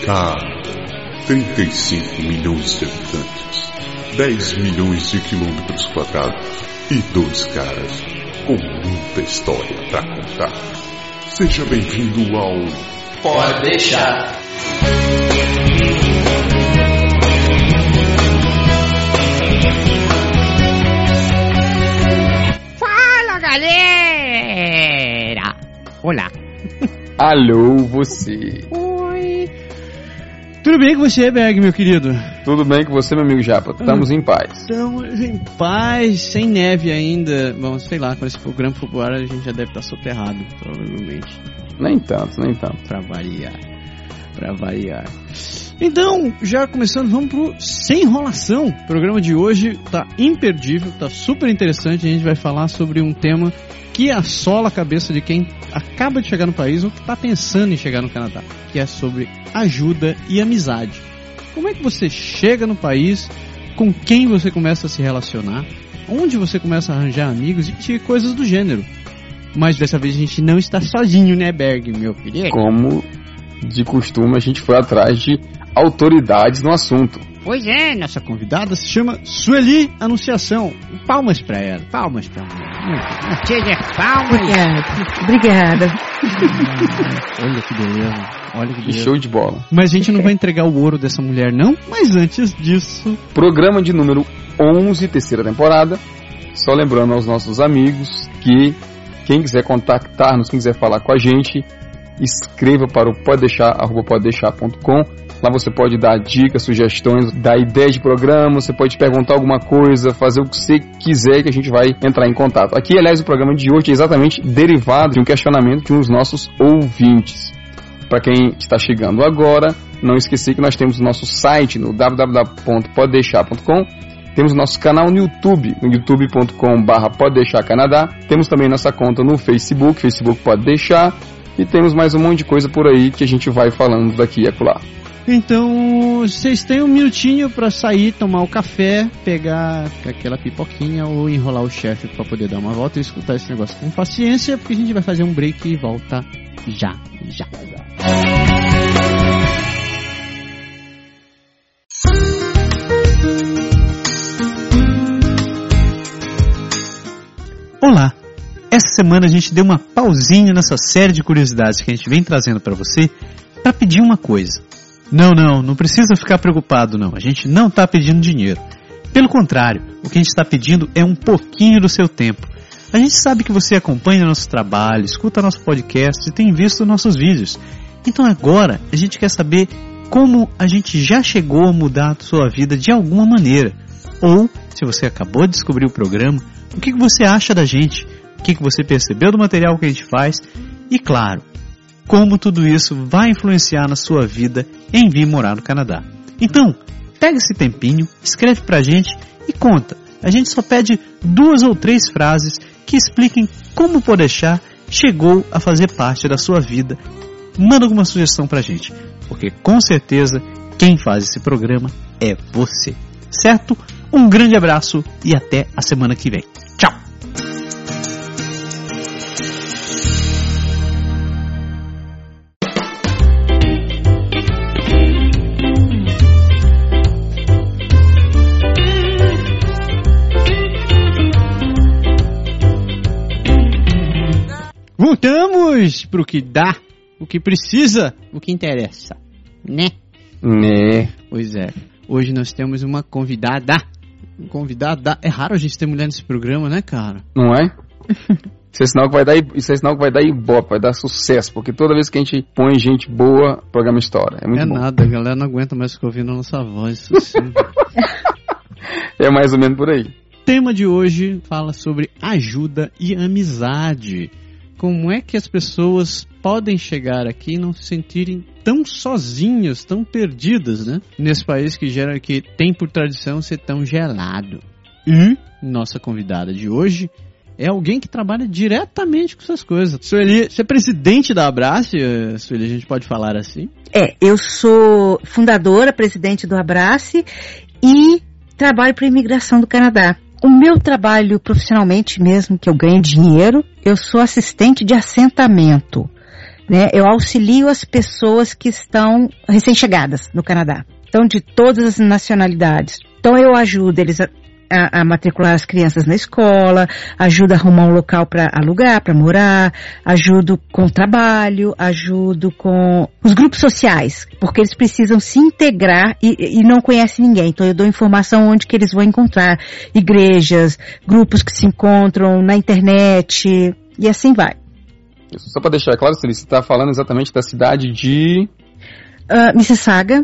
Cara, 35 milhões de habitantes, 10 milhões de quilômetros quadrados e 2 caras com muita história pra contar. Seja bem-vindo ao Pode Deixar. Fala, galera! Olá. Alô, você. Oi. Tudo bem com você, Berg, meu querido? Tudo bem com você, meu amigo Japa? Estamos em paz. Estamos em paz, sem neve ainda. Bom, sei lá, quando esse programa for pro ar, a gente já deve estar soterrado, provavelmente. Nem tanto. Pra variar. Então, já começando, vamos pro Sem Enrolação. O programa de hoje tá imperdível, tá super interessante. A gente vai falar sobre um tema que assola a cabeça de quem acaba de chegar no país ou que está pensando em chegar no Canadá, que é sobre ajuda e amizade. Como é que você chega no país, com quem você começa a se relacionar, onde você começa a arranjar amigos e coisas do gênero. Mas dessa vez a gente não está sozinho, né, Berg, meu filho? Como de costume, a gente foi atrás de autoridades no assunto. Pois é, nossa convidada se chama Sueli Anunciação. Palmas pra ela. Seja palmas. Obrigada. Olha que beleza. Que show de bola. Mas a gente não vai entregar o ouro dessa mulher, não. Mas antes disso... Programa de número 11, terceira temporada. Só lembrando aos nossos amigos que quem quiser contactar-nos, quem quiser falar com a gente, escreva para o podedeixar@podedeixar.com. Lá você pode dar dicas, sugestões, dar ideia de programa, você pode perguntar alguma coisa, fazer o que você quiser que a gente vai entrar em contato. Aqui, aliás, o programa de hoje é exatamente derivado de um questionamento de um dos nossos ouvintes. Para quem está chegando agora, não esquecer que nós temos o nosso site no www.podedeixar.com. Temos o nosso canal no YouTube, no youtube.com/podedeixarcanadá. Temos também nossa conta no Facebook, Facebook Pode Deixar. E temos mais um monte de coisa por aí que a gente vai falando daqui e acolá. Então, vocês têm um minutinho pra sair, tomar o café, pegar aquela pipoquinha ou enrolar o chefe pra poder dar uma volta e escutar esse negócio com paciência, porque a gente vai fazer um break e volta já. Olá! Essa semana a gente deu uma pausinha nessa série de curiosidades que a gente vem trazendo pra você pra pedir uma coisa. Não precisa ficar preocupado não, a gente não está pedindo dinheiro. Pelo contrário, o que a gente está pedindo é um pouquinho do seu tempo. A gente sabe que você acompanha nosso trabalho, escuta nosso podcast e tem visto nossos vídeos. Então agora a gente quer saber como a gente já chegou a mudar a sua vida de alguma maneira. Ou, se você acabou de descobrir o programa, o que você acha da gente? O que você percebeu do material que a gente faz? E claro, como tudo isso vai influenciar na sua vida em vir morar no Canadá. Então, pega esse tempinho, escreve pra gente e conta. A gente só pede 2 ou 3 frases que expliquem como o Pode Deixar chegou a fazer parte da sua vida. Manda alguma sugestão pra gente, porque com certeza quem faz esse programa é você. Certo? Um grande abraço e até a semana que vem. Tchau! Voltamos pro que dá, o que precisa, o que interessa, né? Pois é, hoje nós temos uma convidada. É raro a gente ter mulher nesse programa, né, cara? Não é? Isso é sinal que vai dar ibope, vai dar sucesso, porque toda vez que a gente põe gente boa, o programa estoura. É muito bom. Nada, a galera não aguenta mais ficar ouvindo a nossa voz. Assim. É mais ou menos por aí. O tema de hoje fala sobre ajuda e amizade. Como é que as pessoas podem chegar aqui e não se sentirem tão sozinhas, tão perdidas, né? Nesse país que tem por tradição ser tão gelado. E nossa convidada de hoje é alguém que trabalha diretamente com essas coisas. Sueli, você é presidente da Abrace? Sueli, a gente pode falar assim? Eu sou fundadora, presidente do Abrace e trabalho para a imigração do Canadá. O meu trabalho profissionalmente mesmo, que eu ganho dinheiro, eu sou assistente de assentamento. né? Eu auxilio as pessoas que estão recém-chegadas no Canadá. Então, de todas as nacionalidades. Então, eu ajudo eles a matricular as crianças na escola, ajudo a arrumar um local para alugar, para morar, ajudo com o trabalho, ajudo com os grupos sociais, porque eles precisam se integrar e não conhecem ninguém. Então eu dou informação onde que eles vão encontrar igrejas, grupos que se encontram na internet e assim vai. Só para deixar claro, Celi, você está falando exatamente da cidade de... Mississauga.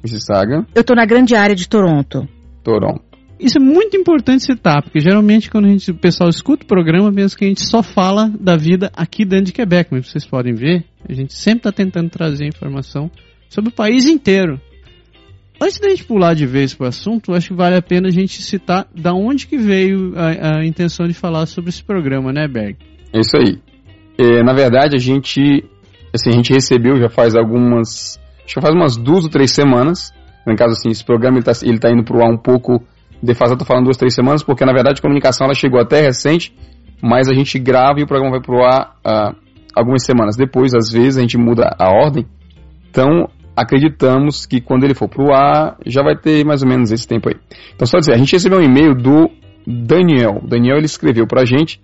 Eu estou na grande área de Toronto. Isso é muito importante citar, porque geralmente quando o pessoal escuta o programa, pensa que a gente só fala da vida aqui dentro de Quebec, mas vocês podem ver, a gente sempre está tentando trazer informação sobre o país inteiro. Antes da gente pular de vez para o assunto, acho que vale a pena a gente citar da onde que veio a intenção de falar sobre esse programa, né, Berg? É isso aí. Na verdade, a gente recebeu já faz umas 2 ou 3 semanas. No caso, assim, esse programa ele tá indo pro ar um pouco defasado, tô falando 2, 3 semanas, porque na verdade a comunicação ela chegou até recente, mas a gente grava e o programa vai pro ar algumas semanas depois, às vezes a gente muda a ordem. Então, acreditamos que quando ele for pro ar, já vai ter mais ou menos esse tempo aí. Então, só dizer, a gente recebeu um e-mail do Daniel. O Daniel, ele escreveu pra gente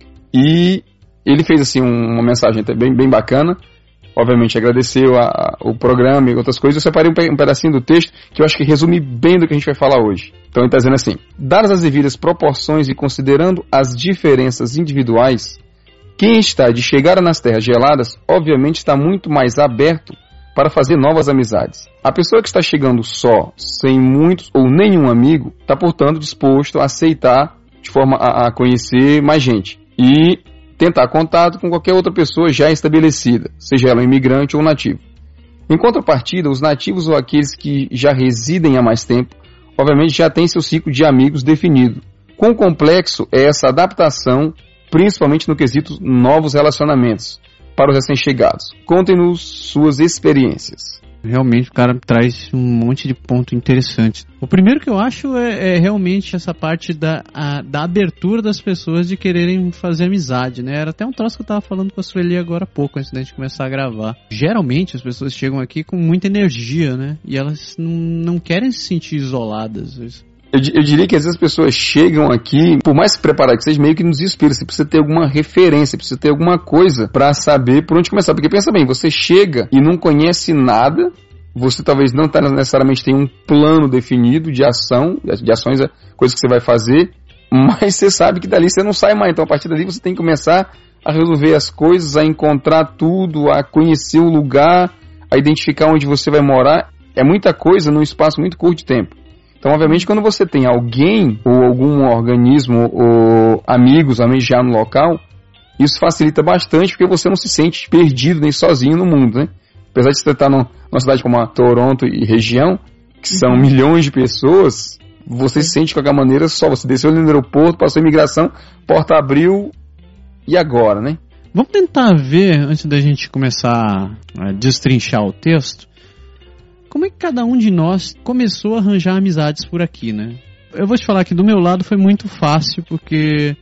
e ele fez, assim, uma mensagem até bem bacana. Obviamente agradeceu o programa e outras coisas. Eu separei um pedacinho do texto que eu acho que resume bem do que a gente vai falar hoje. Então ele está dizendo assim: dadas as devidas proporções e considerando as diferenças individuais, quem está de chegada nas terras geladas, obviamente está muito mais aberto para fazer novas amizades. A pessoa que está chegando só, sem muitos ou nenhum amigo, está, portanto, disposto a aceitar de forma a conhecer mais gente. E tentar contato com qualquer outra pessoa já estabelecida, seja ela um imigrante ou um nativo. Em contrapartida, os nativos ou aqueles que já residem há mais tempo, obviamente já têm seu ciclo de amigos definido. Quão complexo é essa adaptação, principalmente no quesito novos relacionamentos, para os recém-chegados? Contem-nos suas experiências. Realmente o cara traz um monte de ponto interessante. O primeiro que eu acho é realmente essa parte da abertura das pessoas de quererem fazer amizade, né? Era até um troço que eu tava falando com a Sueli agora há pouco, antes da gente começar a gravar. Geralmente as pessoas chegam aqui com muita energia, né? E elas não querem se sentir isoladas. Eu diria que às vezes as pessoas chegam aqui, por mais preparado que seja, meio que nos desespera. Você precisa ter alguma referência, precisa ter alguma coisa para saber por onde começar. Porque pensa bem, você chega e não conhece nada, você talvez não necessariamente tem um plano definido de ação, de ações, coisas que você vai fazer, mas você sabe que dali você não sai mais. Então a partir dali você tem que começar a resolver as coisas, a encontrar tudo, a conhecer o lugar, a identificar onde você vai morar. É muita coisa num espaço muito curto de tempo. Então, obviamente, quando você tem alguém ou algum organismo ou amigos já no local, isso facilita bastante porque você não se sente perdido nem sozinho no mundo, né? Apesar de você estar numa cidade como a Toronto e região, que são milhões de pessoas, você se sente de qualquer maneira só. Você desceu ali no aeroporto, passou a imigração, porta abriu, e agora, né? Vamos tentar ver, antes da gente começar a destrinchar o texto, como é que cada um de nós começou a arranjar amizades por aqui, né? Eu vou te falar que do meu lado foi muito fácil, porque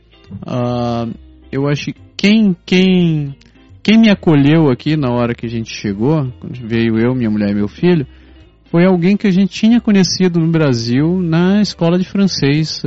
eu acho que quem me acolheu aqui na hora que a gente chegou, quando veio eu, minha mulher e meu filho, foi alguém que a gente tinha conhecido no Brasil na escola de francês,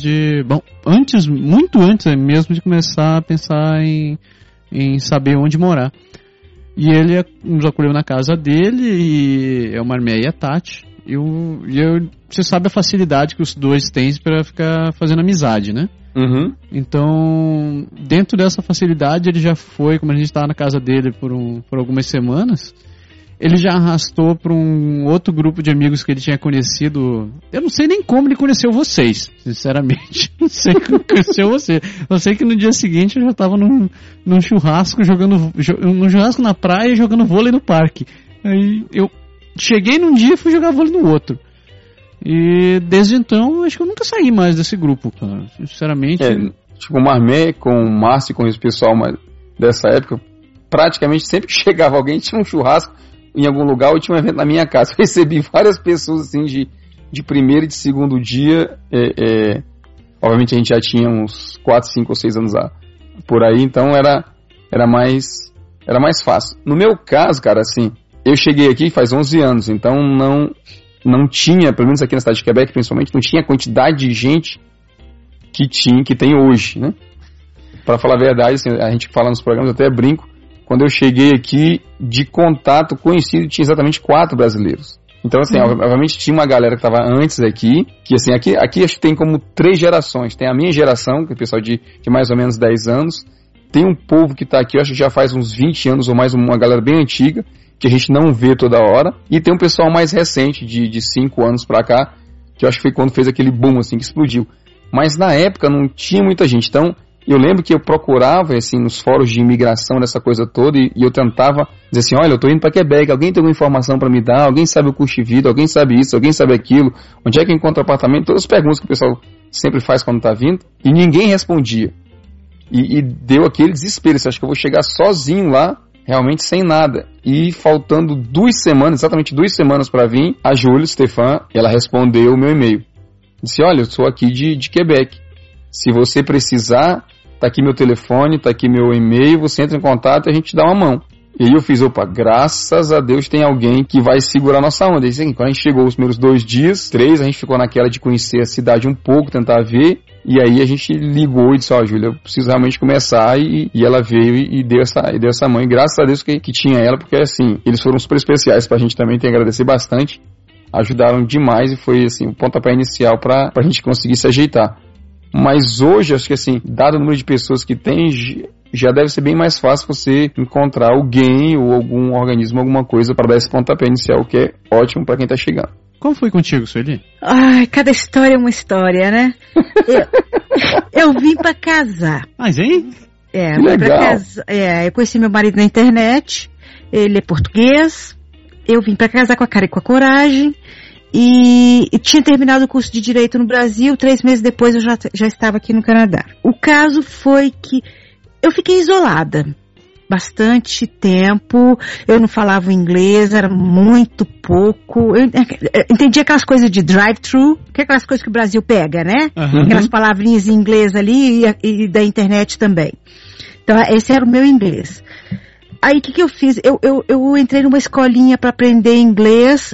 muito antes mesmo de começar a pensar em saber onde morar. E ele nos acolheu na casa dele, e é o Marmé e a Tati. Você sabe a facilidade que os dois têm para ficar fazendo amizade, né? Uhum. Então, dentro dessa facilidade, ele já foi, como a gente estava na casa dele por algumas semanas, ele já arrastou para um outro grupo de amigos que ele tinha conhecido. Eu não sei nem como ele conheceu vocês, sinceramente. Não sei como conheceu você. Eu sei que no dia seguinte eu já estava num churrasco, num churrasco na praia, jogando vôlei no parque. Aí eu cheguei num dia e fui jogar vôlei no outro. E desde então, acho que eu nunca saí mais desse grupo, cara. Sinceramente. Tipo o Marmé com o Márcio, com esse pessoal dessa época, praticamente sempre que chegava alguém, tinha um churrasco em algum lugar, ou tinha um evento na minha casa. Eu recebi várias pessoas assim de primeiro e de segundo dia. Obviamente a gente já tinha uns 4, 5 ou 6 anos por aí, então era mais era mais fácil. No meu caso, cara, assim, eu cheguei aqui faz 11 anos, então não tinha, pelo menos aqui na cidade de Quebec, principalmente, não tinha a quantidade de gente que tem hoje, né? Pra falar a verdade, assim, a gente fala nos programas, eu até brinco, quando eu cheguei aqui, de contato conhecido, tinha exatamente 4 brasileiros. Então, assim, obviamente tinha uma galera que estava antes aqui, que assim, aqui acho que tem como 3 gerações. Tem a minha geração, que é o pessoal de mais ou menos 10 anos. Tem um povo que está aqui, eu acho que já faz uns 20 anos ou mais, uma galera bem antiga, que a gente não vê toda hora. E tem um pessoal mais recente, de 5 anos pra cá, que eu acho que foi quando fez aquele boom, assim, que explodiu. Mas na época não tinha muita gente. Então, eu lembro que eu procurava, assim, nos fóruns de imigração, dessa coisa toda, e eu tentava dizer assim, olha, eu tô indo para Quebec, alguém tem alguma informação para me dar? Alguém sabe o custo de vida? Alguém sabe isso? Alguém sabe aquilo? Onde é que encontra apartamento? Todas as perguntas que o pessoal sempre faz quando tá vindo, e ninguém respondia. E deu aquele desespero, você acha que eu vou chegar sozinho lá, realmente sem nada. E faltando 2 semanas, exatamente 2 semanas para vir, a Júlia Stefan, ela respondeu o meu e-mail. Disse, olha, eu sou aqui de Quebec. Se você precisar, tá aqui meu telefone, tá aqui meu e-mail, você entra em contato e a gente dá uma mão. E aí eu fiz, graças a Deus tem alguém que vai segurar a nossa onda. E assim, quando a gente chegou os primeiros 2 dias, 3, a gente ficou naquela de conhecer a cidade um pouco, tentar ver. E aí a gente ligou e disse, Júlia, eu preciso realmente começar. E ela veio e deu essa mão. E graças a Deus que tinha ela, porque assim, eles foram super especiais pra gente também, tem que agradecer bastante. Ajudaram demais e foi assim, o pontapé inicial pra gente conseguir se ajeitar. Mas hoje, acho que assim, dado o número de pessoas que tem, já deve ser bem mais fácil você encontrar alguém ou algum organismo, alguma coisa para dar esse pontapé inicial, que é ótimo para quem tá chegando. Como foi contigo, Sueli? Ai, cada história é uma história, né? Eu vim para casar. Mas hein? Eu vim pra casar. Eu conheci meu marido na internet, ele é português, eu vim para casar com a cara e com a coragem. E tinha terminado o curso de Direito no Brasil, 3 meses depois eu já estava aqui no Canadá. O caso foi que eu fiquei isolada bastante tempo, eu não falava inglês, era muito pouco, eu entendi aquelas coisas de drive-thru, que é aquelas coisas que o Brasil pega, né? Uhum. Aquelas palavrinhas em inglês ali e da internet também. Então esse era o meu inglês. Aí o que eu fiz? Eu entrei numa escolinha para aprender inglês,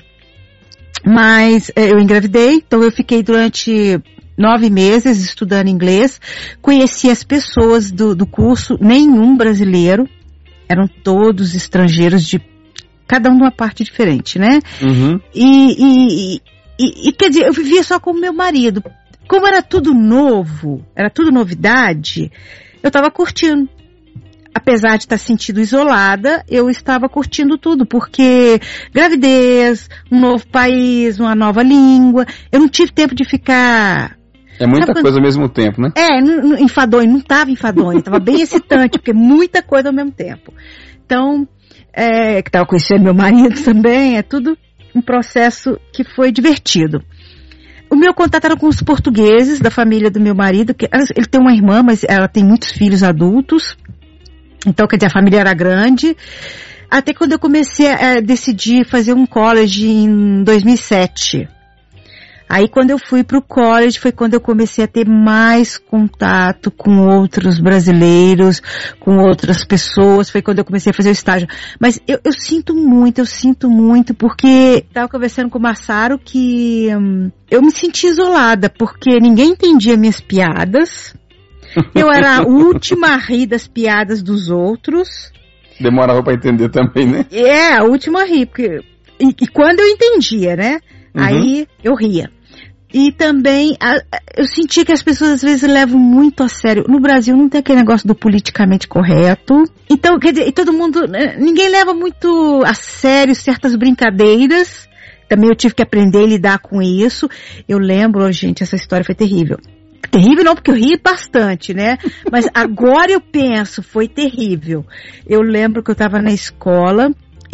mas eu engravidei, então eu fiquei durante 9 meses estudando inglês, conheci as pessoas do curso, nenhum brasileiro, eram todos estrangeiros, cada um de uma parte diferente, né? Uhum. E quer dizer, eu vivia só com o meu marido. Como era tudo novo, era tudo novidade, eu estava curtindo. Apesar de estar sentindo isolada, eu estava curtindo tudo, porque gravidez, um novo país, uma nova língua, eu não tive tempo de ficar... É muita coisa ao mesmo tempo, né? Enfadonho, não estava enfadonho, estava bem excitante, porque muita coisa ao mesmo tempo. Então, que estava conhecendo meu marido também, é tudo um processo que foi divertido. O meu contato era com os portugueses da família do meu marido, que ele tem uma irmã, mas ela tem muitos filhos adultos. Então, quer dizer, a família era grande. Até quando eu comecei a decidir fazer um college em 2007. Aí, quando eu fui para o college, foi quando eu comecei a ter mais contato com outros brasileiros, com outras pessoas. Foi quando eu comecei a fazer o estágio. Mas eu sinto muito, porque estava conversando com o Massaro que eu me senti isolada, porque ninguém entendia minhas piadas. Eu era a última a rir das piadas dos outros. Demorava pra entender também, né? A última a rir. Porque, e quando eu entendia, né? Uhum. Aí eu ria. E também eu sentia que as pessoas às vezes levam muito a sério. No Brasil não tem aquele negócio do politicamente correto. Então, quer dizer, todo mundo... Ninguém leva muito a sério certas brincadeiras. Também eu tive que aprender a lidar com isso. Eu lembro, gente, essa história foi terrível. Terrível não, porque eu ri bastante, né? Mas agora eu penso, foi terrível. Eu lembro que eu estava na escola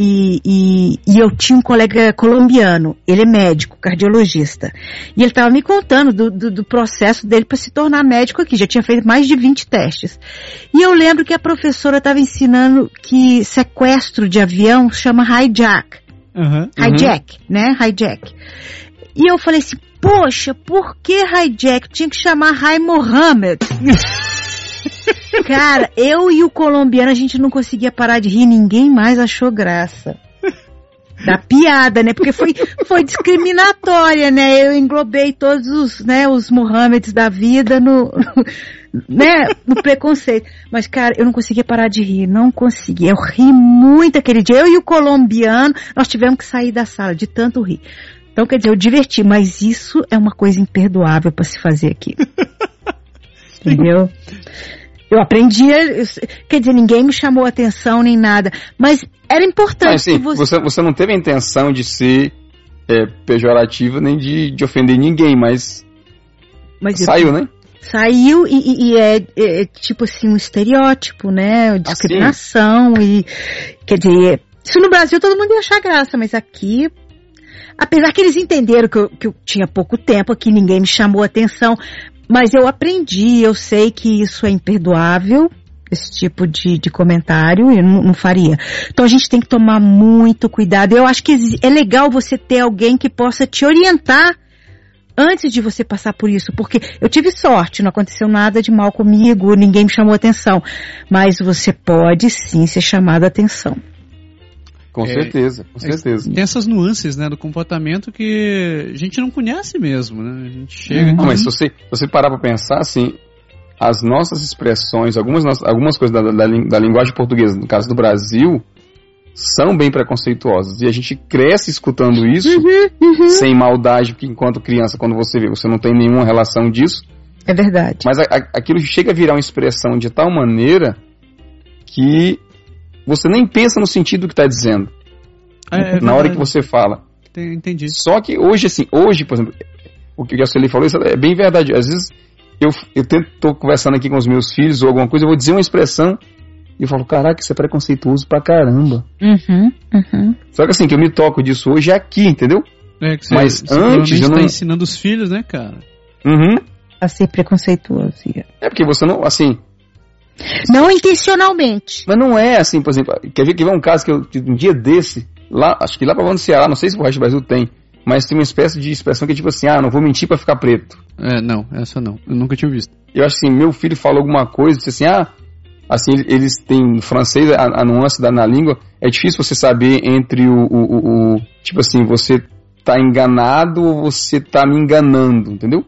e eu tinha um colega colombiano, ele é médico, cardiologista. E ele estava me contando do processo dele para se tornar médico aqui, já tinha feito mais de 20 testes. E eu lembro que a professora estava ensinando que sequestro de avião chama hijack. Hijack, né? Hijack. E eu falei assim, poxa, por que hijack? Tinha que chamar Rai Mohammed. Cara, eu e o colombiano, a gente não conseguia parar de rir, ninguém mais achou graça. Da piada, né? Porque foi discriminatória, né? Eu englobei todos os Mohammeds da vida no preconceito. Mas, cara, eu não conseguia parar de rir, não conseguia. Eu ri muito aquele dia. Eu e o colombiano, nós tivemos que sair da sala de tanto rir. Então, quer dizer, eu diverti, mas isso é uma coisa imperdoável para se fazer aqui. Entendeu? Eu aprendi, quer dizer, ninguém me chamou atenção nem nada, mas era importante. Mas, sim, você não teve a intenção de ser pejorativo nem de ofender ninguém, mas saiu, né? Saiu e é tipo assim, um estereótipo, né? Discriminação e, quer dizer, isso no Brasil todo mundo ia achar graça, mas aqui, apesar que eles entenderam que eu tinha pouco tempo aqui, ninguém me chamou atenção, mas eu aprendi, eu sei que isso é imperdoável, esse tipo de comentário, eu não faria. Então a gente tem que tomar muito cuidado. Eu acho que é legal você ter alguém que possa te orientar antes de você passar por isso, porque eu tive sorte, não aconteceu nada de mal comigo, ninguém me chamou atenção, mas você pode sim ser chamado a atenção. Com certeza, com certeza. Tem essas nuances, né, do comportamento que a gente não conhece mesmo, né? A gente chega... Não, mas se você parar pra pensar, assim, as nossas expressões, algumas coisas da linguagem portuguesa, no caso do Brasil, são bem preconceituosas. E a gente cresce escutando isso sem maldade, porque enquanto criança, quando você vê, você não tem nenhuma relação disso. É verdade. Mas aquilo chega a virar uma expressão de tal maneira que você nem pensa no sentido que está dizendo. Na hora que você fala. Entendi. Só que hoje, por exemplo, o que a Sueli falou, isso é bem verdade. Às vezes eu tô conversando aqui com os meus filhos ou alguma coisa, eu vou dizer uma expressão e eu falo, caraca, isso é preconceituoso pra caramba. Só que assim, que eu me toco disso hoje é aqui, entendeu? Que mas você antes eu não... tá ensinando os filhos, né, cara? A ser preconceituoso. É porque você não, assim... Não intencionalmente. Mas não é assim, por exemplo, quer ver um caso que um dia desse, lá, acho que lá pra onde Ceará, não sei se o resto do Brasil tem, mas tem uma espécie de expressão que é tipo assim, não vou mentir pra ficar preto. Não, essa não, eu nunca tinha visto. Eu acho assim, meu filho falou alguma coisa, disse assim, assim, eles têm no francês, a nuance na língua, é difícil você saber entre tipo assim, você tá enganado ou você tá me enganando, entendeu?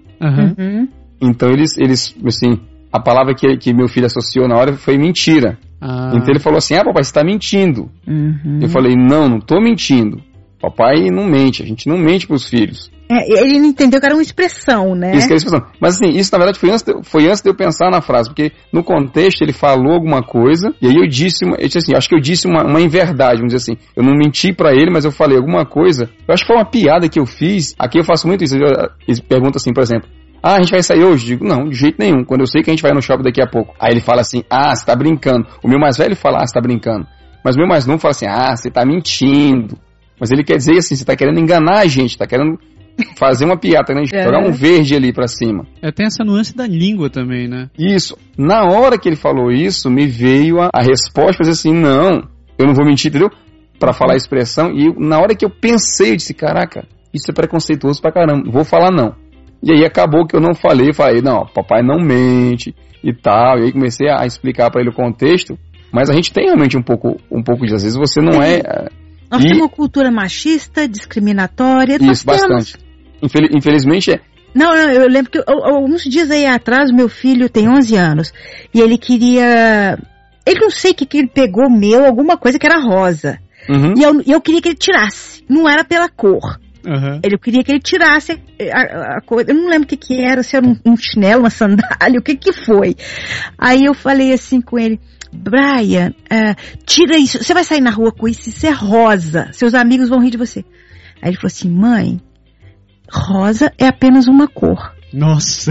Então eles assim, a palavra que meu filho associou na hora foi mentira. Então ele falou assim, papai, você tá mentindo. Eu falei, não tô mentindo. Papai não mente, a gente não mente pros filhos. Ele não entendeu que era uma expressão, né? Isso que era expressão. Mas assim, isso na verdade foi antes de eu pensar na frase, porque no contexto ele falou alguma coisa, e aí eu disse assim, acho que eu disse uma inverdade, vamos dizer assim. Eu não menti pra ele, mas eu falei alguma coisa. Eu acho que foi uma piada que eu fiz. Aqui eu faço muito isso. Eles perguntam assim, por exemplo, a gente vai sair hoje? Digo, não, de jeito nenhum. Quando eu sei que a gente vai no shopping daqui a pouco. Aí ele fala assim, você tá brincando. O meu mais velho fala, você tá brincando. Mas o meu mais novo fala assim, você tá mentindo. Mas ele quer dizer assim, você tá querendo enganar a gente, tá querendo fazer uma piada, né? Jogar um verde ali pra cima. Tem essa nuance da língua também, né? Isso. Na hora que ele falou isso, me veio a resposta pra dizer assim, não, eu não vou mentir, entendeu? Pra falar a expressão. E na hora que eu pensei, eu disse, caraca, isso é preconceituoso pra caramba, não vou falar não. E aí acabou que eu não falei, não, papai não mente e tal. E aí comecei a explicar pra ele o contexto. Mas a gente tem realmente um pouco disso. Às vezes você não Nós temos uma cultura machista, discriminatória. Isso, bastante. Infelizmente é. Não, eu lembro que alguns dias aí atrás, meu filho tem 11 anos, e ele queria... Ele não sei o que ele pegou alguma coisa que era rosa. E eu queria que ele tirasse. Não era pela cor. Eu queria que ele tirasse a coisa. Eu não lembro o que era, se era um chinelo, uma sandália, o que foi. Aí eu falei assim com ele, Brian, tira isso, você vai sair na rua com isso é rosa, seus amigos vão rir de você. Aí ele falou assim, mãe, rosa é apenas uma cor. Nossa.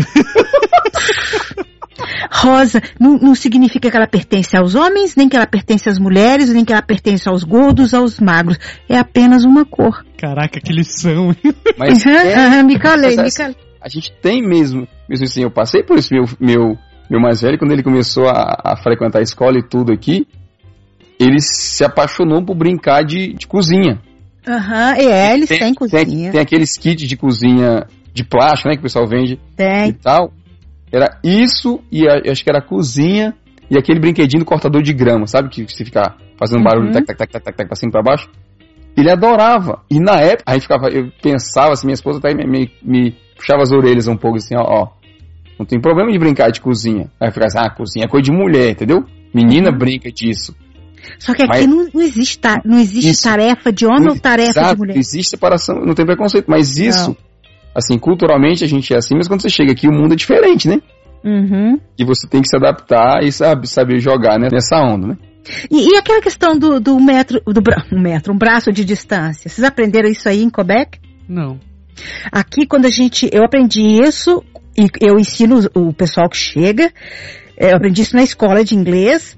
Rosa não significa que ela pertence aos homens, nem que ela pertence às mulheres, nem que ela pertence aos gordos, aos magros. É apenas uma cor. Caraca, que lição. Mas me calei. A gente tem mesmo assim, eu passei por isso, meu mais velho, quando ele começou a frequentar a escola e tudo aqui, ele se apaixonou por brincar de cozinha. Eles têm cozinha. Tem aqueles kits de cozinha de plástico, né, que o pessoal vende e tal. Era isso, e acho que era cozinha, E aquele brinquedinho do cortador de grama, sabe? Que você fica fazendo barulho, tac, tac, tac, tac, tac, tac, pra cima e pra baixo. Ele adorava. E na época, eu pensava assim, minha esposa até me puxava as orelhas um pouco assim, ó. Não tem problema de brincar de cozinha. Aí eu ficava assim, cozinha é coisa de mulher, entendeu? Menina brinca disso. Só que aqui não existe tarefa de homem ou tarefa de mulher. Existe separação, não tem preconceito, mas isso, assim, culturalmente a gente é assim, mas quando você chega aqui o mundo é diferente, né? Uhum. E você tem que se adaptar e saber jogar, né, nessa onda, né? E aquela questão um braço de distância, vocês aprenderam isso aí em Quebec? Não. Aqui eu aprendi isso, e eu ensino o pessoal que chega, eu aprendi isso na escola de inglês,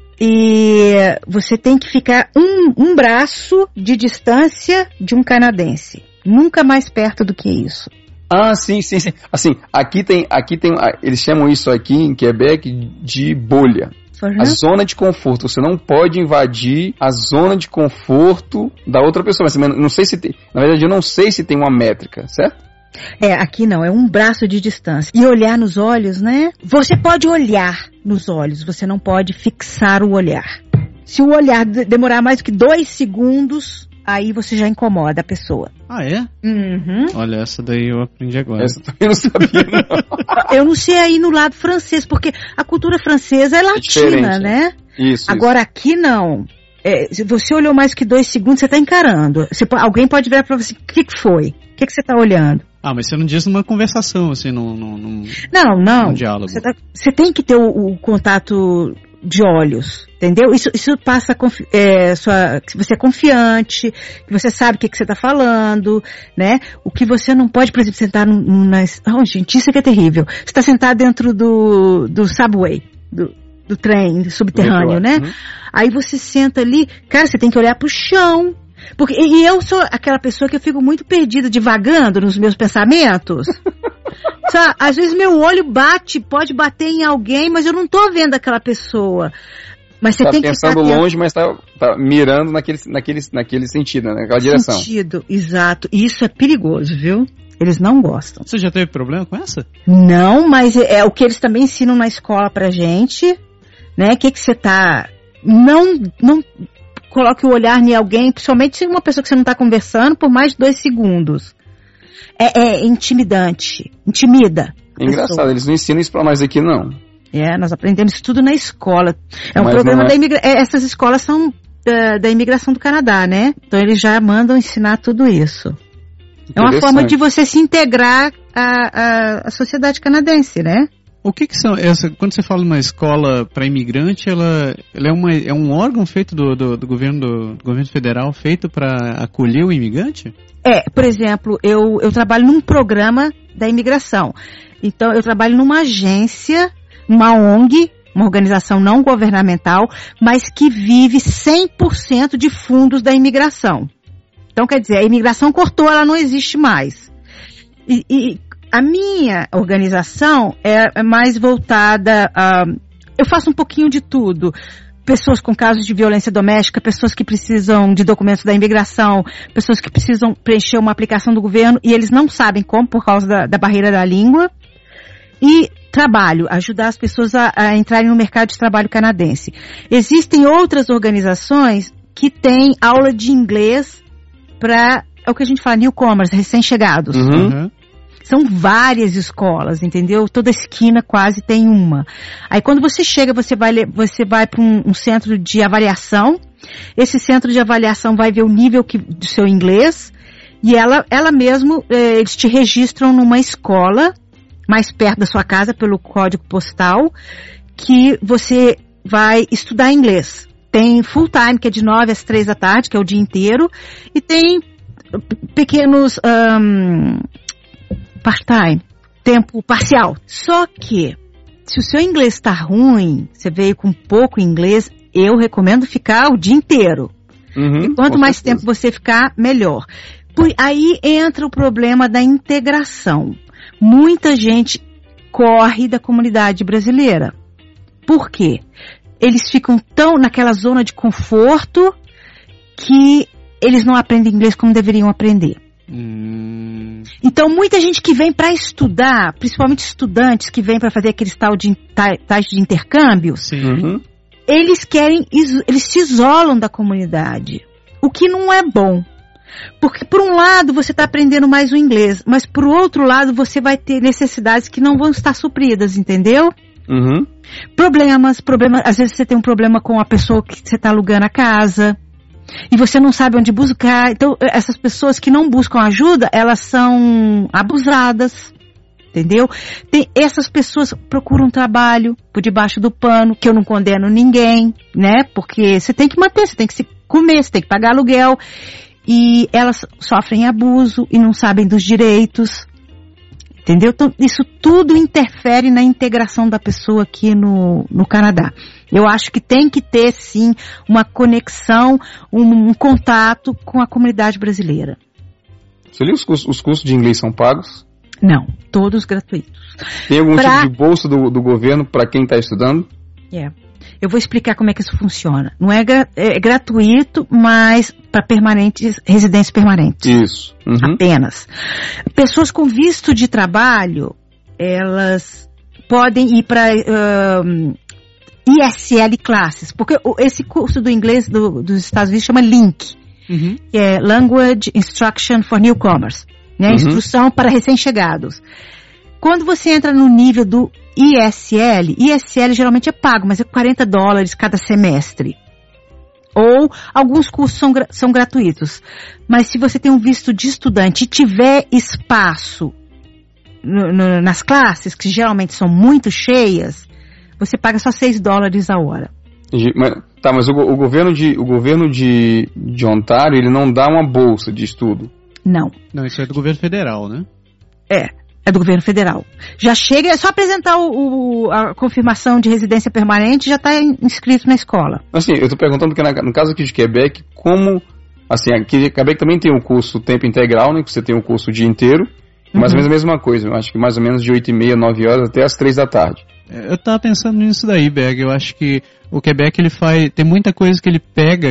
e você tem que ficar um braço de distância de um canadense. Nunca mais perto do que isso. Sim. Assim, aqui tem, eles chamam isso aqui em Quebec de bolha. A zona de conforto. Você não pode invadir a zona de conforto da outra pessoa. Mas não sei se tem, na verdade, eu não sei se tem uma métrica, certo? Aqui não, é um braço de distância. E olhar nos olhos, né? Você pode olhar nos olhos, você não pode fixar o olhar. Se o olhar demorar mais do que 2 segundos, aí você já incomoda a pessoa. Ah, é? Uhum. Olha, essa daí eu aprendi agora. Essa também não sabia, não. Eu não sei aí no lado francês, porque a cultura francesa é latina, né? Isso. Agora aqui não. Se você olhou mais que 2 segundos, você está encarando. Alguém pode virar para você, o que foi? O que você está olhando? Mas você não diz numa conversação, assim, num Não. diálogo. Você tem que ter o contato de olhos, entendeu? Isso passa que você é confiante, que você sabe o que você está falando, né? O que você não pode, por exemplo, sentar gente, isso é que é terrível. Você está sentado dentro do subway, do trem subterrâneo, né? Uhum. Aí você senta ali, cara, você tem que olhar pro chão. E eu sou aquela pessoa que eu fico muito perdida, divagando nos meus pensamentos. Às vezes meu olho pode bater em alguém, mas eu não tô vendo aquela pessoa. Mas você tem que estar pensando longe, mas tá mirando naquele sentido, né? Naquela direção. Sentido, exato. E isso é perigoso, viu? Eles não gostam. Você já teve problema com essa? Não, mas é o que eles também ensinam na escola pra gente, né? Que você tá... Não coloque o olhar em alguém, principalmente se uma pessoa que você não está conversando, por mais de 2 segundos. É intimidante. Intimida. É engraçado, eles não ensinam isso pra nós aqui, não. Nós aprendemos isso tudo na escola. É um programa da imigração. Essas escolas são da imigração do Canadá, né? Então eles já mandam ensinar tudo isso. É uma forma de você se integrar à sociedade canadense, né? O que são quando você fala uma escola para imigrante, ela é um órgão feito do governo federal, feito para acolher o imigrante? Por exemplo, eu trabalho num programa da imigração. Então, eu trabalho numa agência, uma ONG, uma organização não governamental, mas que vive 100% de fundos da imigração. Então, quer dizer, a imigração cortou, ela não existe mais. E a minha organização é mais voltada a... Eu faço um pouquinho de tudo. Pessoas com casos de violência doméstica, pessoas que precisam de documentos da imigração, pessoas que precisam preencher uma aplicação do governo e eles não sabem como por causa da barreira da língua. E ajudar as pessoas a entrarem no mercado de trabalho canadense. Existem outras organizações que têm aula de inglês para, é o que a gente fala, newcomers, recém-chegados. Uhum. São várias escolas, entendeu? Toda esquina quase tem uma. Aí quando você chega, você vai para um centro de avaliação. Esse centro de avaliação vai ver o nível do seu inglês. E ela mesmo, eles te registram numa escola mais perto da sua casa, pelo código postal, que você vai estudar inglês. Tem full time, que é de 9 às 3 da tarde, que é o dia inteiro. E tem pequenos... part-time, tempo parcial. Só que, se o seu inglês está ruim, você veio com pouco inglês, eu recomendo ficar o dia inteiro. E quanto mais tempo você ficar, melhor. Aí entra o problema da integração. Muita gente corre da comunidade brasileira. Por quê? Eles ficam tão naquela zona de conforto que eles não aprendem inglês como deveriam aprender. Então, muita gente que vem para estudar, principalmente estudantes que vêm para fazer aqueles tais de intercâmbio, eles se isolam da comunidade, o que não é bom. Porque, por um lado, você está aprendendo mais o inglês, mas, por outro lado, você vai ter necessidades que não vão estar supridas, entendeu? Problemas, às vezes você tem um problema com a pessoa que você está alugando a casa, e você não sabe onde buscar. Então, essas pessoas que não buscam ajuda, elas são abusadas, entendeu? Essas pessoas procuram trabalho por debaixo do pano, que eu não condeno ninguém, né? Porque você tem que manter, você tem que se comer, você tem que pagar aluguel. E elas sofrem abuso e não sabem dos direitos, entendeu? Então, isso tudo interfere na integração da pessoa aqui no Canadá. Eu acho que tem que ter, sim, uma conexão, um contato com a comunidade brasileira. Você leu os cursos de inglês são pagos? Não, todos gratuitos. Tem algum tipo de bolsa do governo para quem está estudando? Eu vou explicar como é que isso funciona. Não é gratuito, mas para residências permanentes. Isso. Apenas. Pessoas com visto de trabalho, elas podem ir para ESL classes, porque esse curso do inglês dos Estados Unidos chama LINC, que é Language Instruction for Newcomers, né? Instrução para recém-chegados. Quando você entra no nível do ESL geralmente é pago, mas é $40 cada semestre. Ou alguns cursos são gratuitos. Mas se você tem um visto de estudante e tiver espaço nas classes, que geralmente são muito cheias, você paga só $6 a hora. Mas o governo de Ontário, ele não dá uma bolsa de estudo? Não. Não, isso é do governo federal, né? É do governo federal. Já chega, é só apresentar a confirmação de residência permanente e já está inscrito na escola. Assim, eu estou perguntando porque no caso aqui de Quebec, como... Assim, aqui Quebec também tem o curso tempo integral, né? Que você tem o curso o dia inteiro. Mais ou menos a mesma coisa. Eu acho que mais ou menos de 8h30, 9 horas até as 3 da tarde. Eu estava pensando nisso daí, Berg. Eu acho que o Quebec, ele faz... Tem muita coisa que ele pega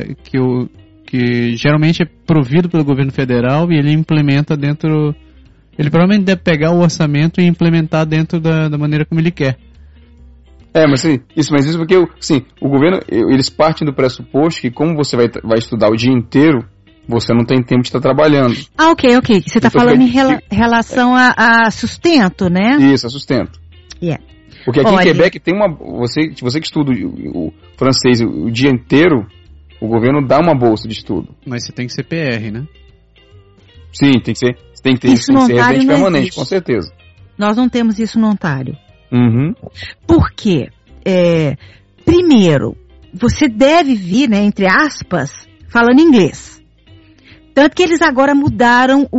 que geralmente é provido pelo governo federal e ele implementa dentro... Ele provavelmente deve pegar o orçamento e implementar dentro da maneira como ele quer. Mas isso porque o governo, eles partem do pressuposto que como você vai estudar o dia inteiro, você não tem tempo de estar trabalhando. Ok. Você está falando em relação a sustento, né? Isso, a sustento. Porque aqui em Quebec tem você que estuda o francês o dia inteiro, o governo dá uma bolsa de estudo. Mas você tem que ser PR, né? Sim, tem que ser residente permanente, com certeza. Nós não temos isso no Ontário. Por quê? Primeiro, você deve vir, né, entre aspas, falando inglês. Tanto que eles agora mudaram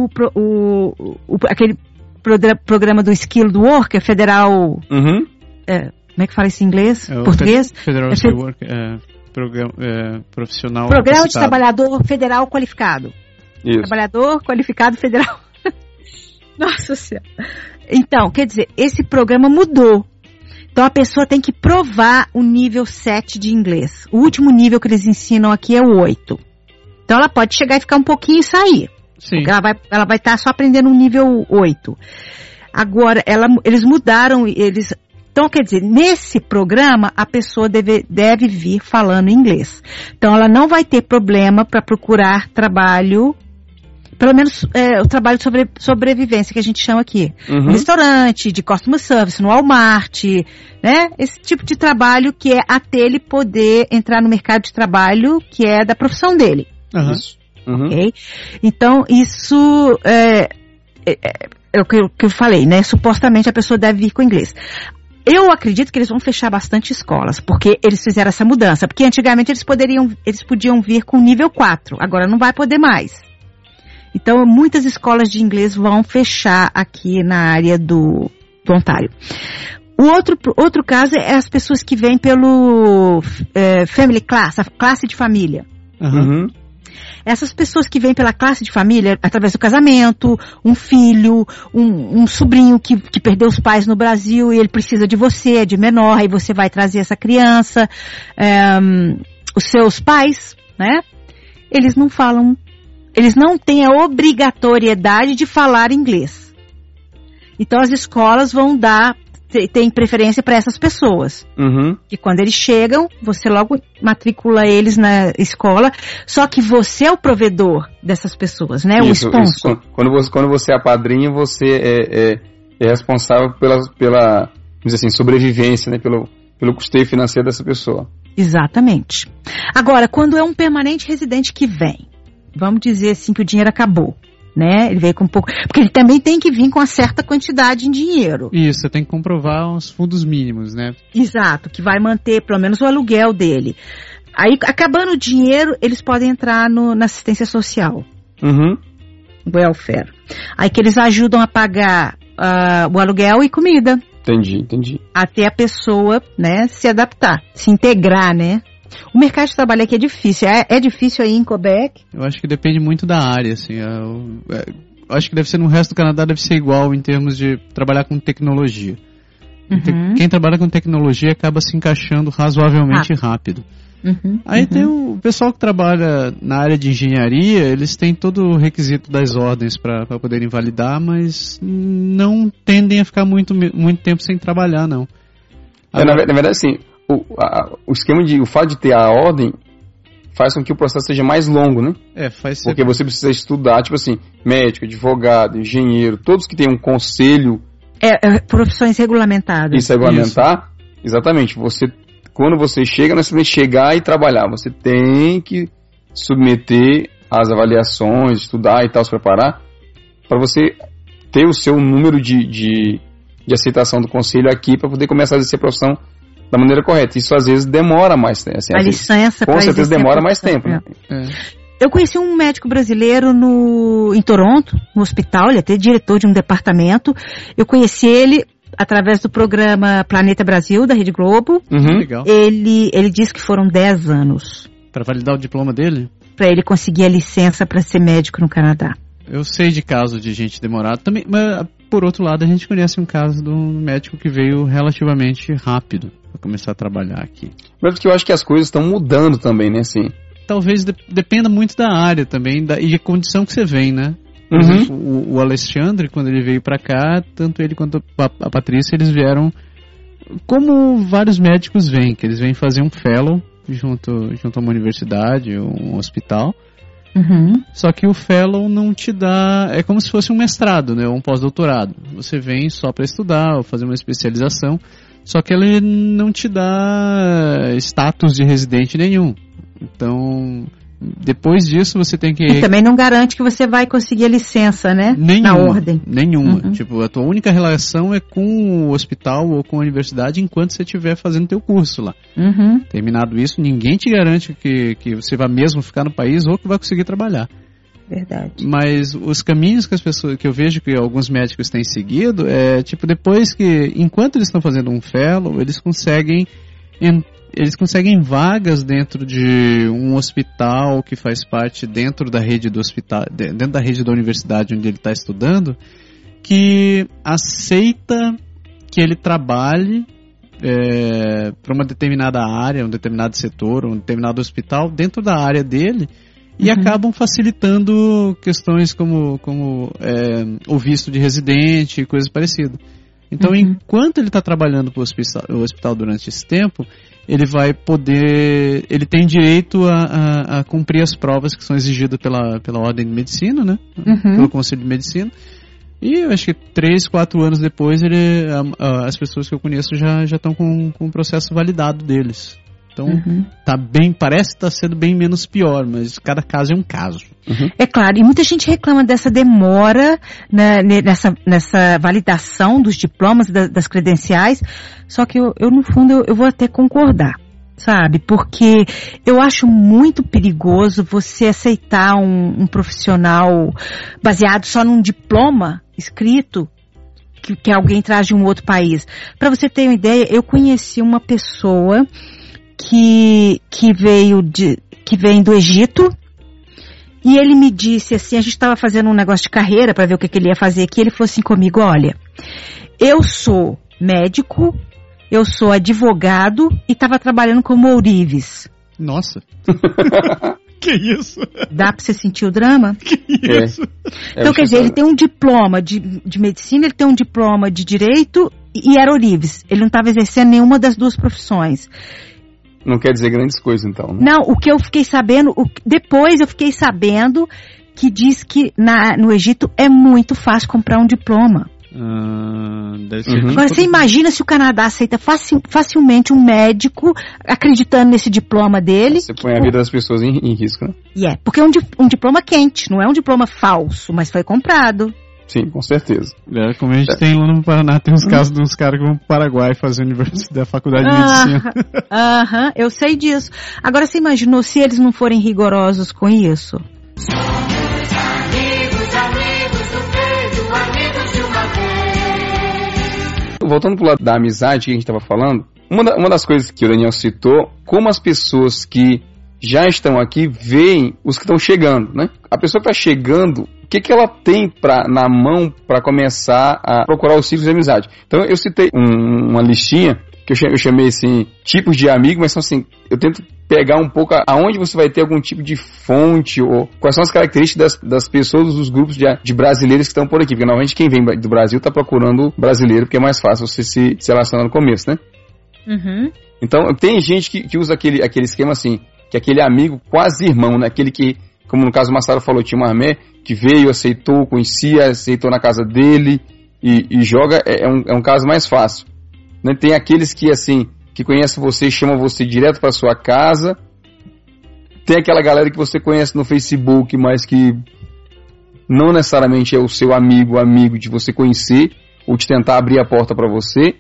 aquele programa do Skill do Worker federal. Como é que fala isso em inglês? Português? Federal Skill Worker, profissional. Programa de Trabalhador Federal Qualificado. Isso. Trabalhador Qualificado Federal. Nossa Senhora. Então, quer dizer, esse programa mudou. Então a pessoa tem que provar o nível 7 de inglês. O último nível que eles ensinam aqui é o 8. Então ela pode chegar e ficar um pouquinho e sair. Sim. Ela vai estar só aprendendo o nível 8. Agora, eles mudaram, então, quer dizer, nesse programa, a pessoa deve vir falando inglês. Então, ela não vai ter problema para procurar trabalho, pelo menos o trabalho de sobrevivência que a gente chama aqui. No restaurante, de customer service, no Walmart, né? Esse tipo de trabalho que é até ele poder entrar no mercado de trabalho que é da profissão dele. Okay? Então, isso é o que eu falei, né? Supostamente a pessoa deve vir com inglês. Eu acredito que eles vão fechar bastante escolas, porque eles fizeram essa mudança. Porque antigamente eles podiam vir com nível 4, agora não vai poder mais. Então, muitas escolas de inglês vão fechar aqui na área do Ontário. O outro caso é as pessoas que vêm pelo family class, a classe de família. Essas pessoas que vêm pela classe de família, através do casamento, um filho, um sobrinho que perdeu os pais no Brasil e ele precisa de você, é de menor, aí você vai trazer essa criança. Os seus pais, né? Eles não falam eles não têm a obrigatoriedade de falar inglês. Então as escolas vão tem preferência para essas pessoas. E quando eles chegam, você logo matricula eles na escola, só que você é o provedor dessas pessoas, né? O sponsor. Quando você é a padrinha, você é responsável pela vamos dizer assim, sobrevivência, né? Pelo custeio financeiro dessa pessoa. Exatamente. Agora, quando é um permanente residente que vem, vamos dizer assim que o dinheiro acabou, né? Ele veio com um pouco... Porque ele também tem que vir com uma certa quantidade em dinheiro. Isso, você tem que comprovar os fundos mínimos, né? Exato, que vai manter pelo menos o aluguel dele. Aí, acabando o dinheiro, eles podem entrar na assistência social. Welfare. Aí que eles ajudam a pagar o aluguel e comida. Entendi. Até a pessoa, né, se adaptar, se integrar, né? O mercado de trabalho aqui é difícil. É difícil aí em Quebec? Eu acho que depende muito da área, assim. Eu acho que deve ser no resto do Canadá, deve ser igual em termos de trabalhar com tecnologia. Quem trabalha com tecnologia acaba se encaixando razoavelmente rápido. Aí tem o pessoal que trabalha na área de engenharia, eles têm todo o requisito das ordens para poderem validar, mas não tendem a ficar muito tempo sem trabalhar, não. Na verdade, assim, o esquema o fato de ter a ordem faz com que o processo seja mais longo, né? Porque você precisa estudar, tipo assim, médico, advogado, engenheiro, todos que têm um conselho... profissões regulamentadas. Isso, regulamentar, exatamente. Quando você chega, não é simplesmente chegar e trabalhar. Você tem que submeter às avaliações, estudar e tal, se preparar, para você ter o seu número de aceitação do conselho aqui para poder começar a exercer a profissão da maneira correta. Isso às vezes demora mais tempo. Assim, a licença com certeza demora mais tempo. Né? Eu conheci um médico brasileiro em Toronto, no hospital, ele é até diretor de um departamento. Eu conheci ele através do programa Planeta Brasil, da Rede Globo. Legal. Ele disse que foram 10 anos. Para validar o diploma dele? Para ele conseguir a licença para ser médico no Canadá. Eu sei de caso de gente demorada também, mas por outro lado a gente conhece um caso de um médico que veio relativamente rápido para começar a trabalhar aqui. Mas porque eu acho que as coisas estão mudando também, né? Assim. Talvez dependa muito da área também e da condição que você vem, né? Por exemplo, o Alexandre, quando ele veio para cá, tanto ele quanto a Patrícia, eles vieram como vários médicos vêm, que eles vêm fazer um fellow junto a uma universidade, um hospital. Só que o fellow não te dá... É como se fosse um mestrado, né? Ou um pós-doutorado. Você vem só para estudar ou fazer uma especialização, só que ele não te dá status de residente nenhum. Então... Depois disso você tem que... E também não garante que você vai conseguir a licença, né? Na ordem. Nenhuma. Tipo, a tua única relação é com o hospital ou com a universidade enquanto você estiver fazendo teu curso lá. Terminado isso, ninguém te garante que você vai mesmo ficar no país ou que vai conseguir trabalhar. Verdade. Mas os caminhos que eu vejo que alguns médicos têm seguido é, tipo, depois que... Enquanto eles estão fazendo um fellow, eles conseguem vagas dentro de um hospital que faz parte dentro da rede do hospital, dentro da rede da universidade onde ele está estudando, que aceita que ele trabalhe para uma determinada área, um determinado setor, um determinado hospital dentro da área dele e acabam facilitando questões como o visto de residente e coisas parecidas. Então, enquanto ele está trabalhando para o hospital durante esse tempo, ele tem direito a cumprir as provas que são exigidas pela Ordem de Medicina, né? Pelo Conselho de Medicina. E eu acho que 3, 4 anos depois, as pessoas que eu conheço já estão com o processo validado deles. Então, parece estar sendo bem menos pior, mas cada caso é um caso. É claro, e muita gente reclama dessa demora nessa validação dos diplomas, das credenciais, só que eu no fundo, eu vou até concordar, sabe? Porque eu acho muito perigoso você aceitar um profissional baseado só num diploma escrito que alguém traz de um outro país. Para você ter uma ideia, eu conheci uma pessoa que vem do Egito, e ele me disse assim, a gente estava fazendo um negócio de carreira para ver o que ele ia fazer aqui, ele falou assim comigo, olha, eu sou médico, eu sou advogado e estava trabalhando como ourives. Nossa! Que isso? Dá pra você sentir o drama? Que isso? Então, quer dizer, ele tem um diploma de medicina, ele tem um diploma de direito e era Orives. Ele não estava exercendo nenhuma das duas profissões. Não quer dizer grandes coisas, então, né? Não, o que eu fiquei sabendo, depois eu fiquei sabendo que diz que no Egito é muito fácil comprar um diploma. Deve ser Agora, você imagina se o Canadá aceita facilmente um médico acreditando nesse diploma dele. Você põe a vida das pessoas em risco, né? Porque é um diploma quente, não é um diploma falso, mas foi comprado. Sim, com certeza. Como a gente tem lá no Paraná, tem uns casos de uns caras que vão pro Paraguai fazer a faculdade de medicina. Eu sei disso. Agora, você imaginou se eles não forem rigorosos com isso? Voltando pro lado da amizade que a gente estava falando, uma das coisas que o Daniel citou, como as pessoas que já estão aqui veem os que estão chegando, né? A pessoa que está chegando, o que ela tem na mão para começar a procurar os ciclos de amizade? Então eu citei uma listinha que eu chamei assim, tipos de amigo, mas são assim, eu tento pegar um pouco aonde você vai ter algum tipo de fonte, ou quais são as características das pessoas, dos grupos de brasileiros que estão por aqui, porque normalmente quem vem do Brasil está procurando brasileiro, porque é mais fácil você se relacionar no começo, né? Então tem gente que usa aquele esquema assim, que é aquele amigo quase irmão, né? Aquele que, como no caso o Massaro falou, tinha um armé que veio, aceitou, conhecia, aceitou na casa dele e joga, é um caso mais fácil. Né? Tem aqueles que, assim, que conhecem você e chamam você direto para sua casa. Tem aquela galera que você conhece no Facebook, mas que não necessariamente é o seu amigo de você conhecer ou de tentar abrir a porta para você.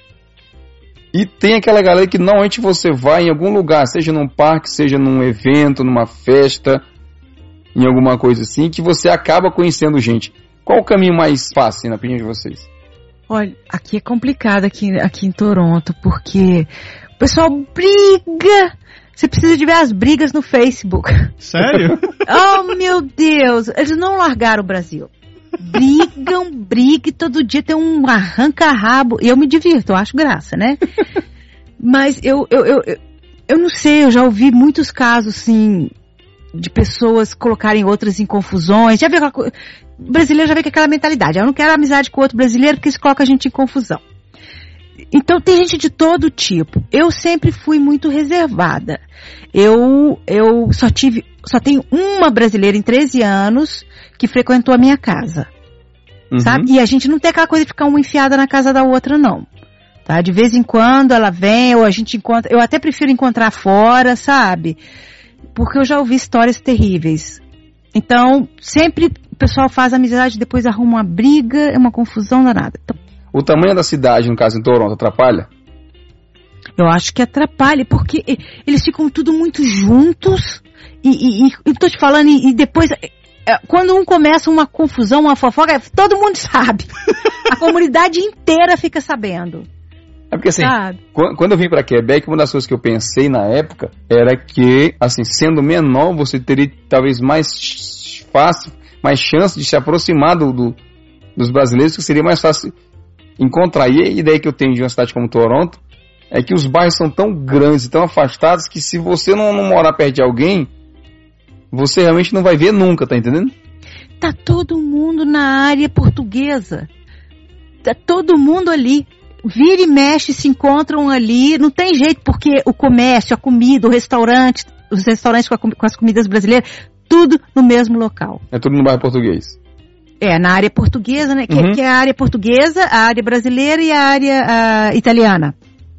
E tem aquela galera que normalmente você vai em algum lugar, seja num parque, seja num evento, numa festa, em alguma coisa assim, que você acaba conhecendo gente. Qual o caminho mais fácil, na opinião de vocês? Olha, aqui é complicado aqui em Toronto, porque o pessoal briga. Você precisa de ver as brigas no Facebook. Sério? Oh, meu Deus. Eles não largaram o Brasil. Brigam, e todo dia tem um arranca-rabo. E eu me divirto, eu acho graça, né? Mas eu não sei, eu já ouvi muitos casos, assim, de pessoas colocarem outras em confusões. Já viu aquela coisa? O brasileiro já vem com aquela mentalidade. Eu não quero amizade com outro brasileiro porque isso coloca a gente em confusão. Então tem gente de todo tipo. Eu sempre fui muito reservada. Eu só tenho uma brasileira em 13 anos que frequentou a minha casa. Sabe? E a gente não tem aquela coisa de ficar uma enfiada na casa da outra, não. Tá? De vez em quando ela vem, ou a gente encontra. Eu até prefiro encontrar fora, sabe? Porque eu já ouvi histórias terríveis. Então, sempre o pessoal faz amizade, depois arruma uma briga, é uma confusão danada. Então, o tamanho da cidade, no caso em Toronto, atrapalha? Eu acho que atrapalha, porque eles ficam tudo muito juntos, e tô te falando, e depois, quando um começa uma confusão, uma fofoca, todo mundo sabe. A comunidade inteira fica sabendo. É porque assim, quando eu vim para Quebec, uma das coisas que eu pensei na época era que, assim, sendo menor, você teria talvez mais fácil, mais chance de se aproximar dos brasileiros, que seria mais fácil encontrar. E a ideia que eu tenho de uma cidade como Toronto é que os bairros são tão grandes e tão afastados que se você não morar perto de alguém, você realmente não vai ver nunca, tá entendendo? Tá todo mundo na área portuguesa. Tá todo mundo ali. Vira e mexe, se encontram ali, não tem jeito, porque o comércio, a comida, os restaurantes com as comidas brasileiras, tudo no mesmo local. É tudo no bairro português. É, na área portuguesa, né? Que é a área portuguesa, a área brasileira e a área italiana.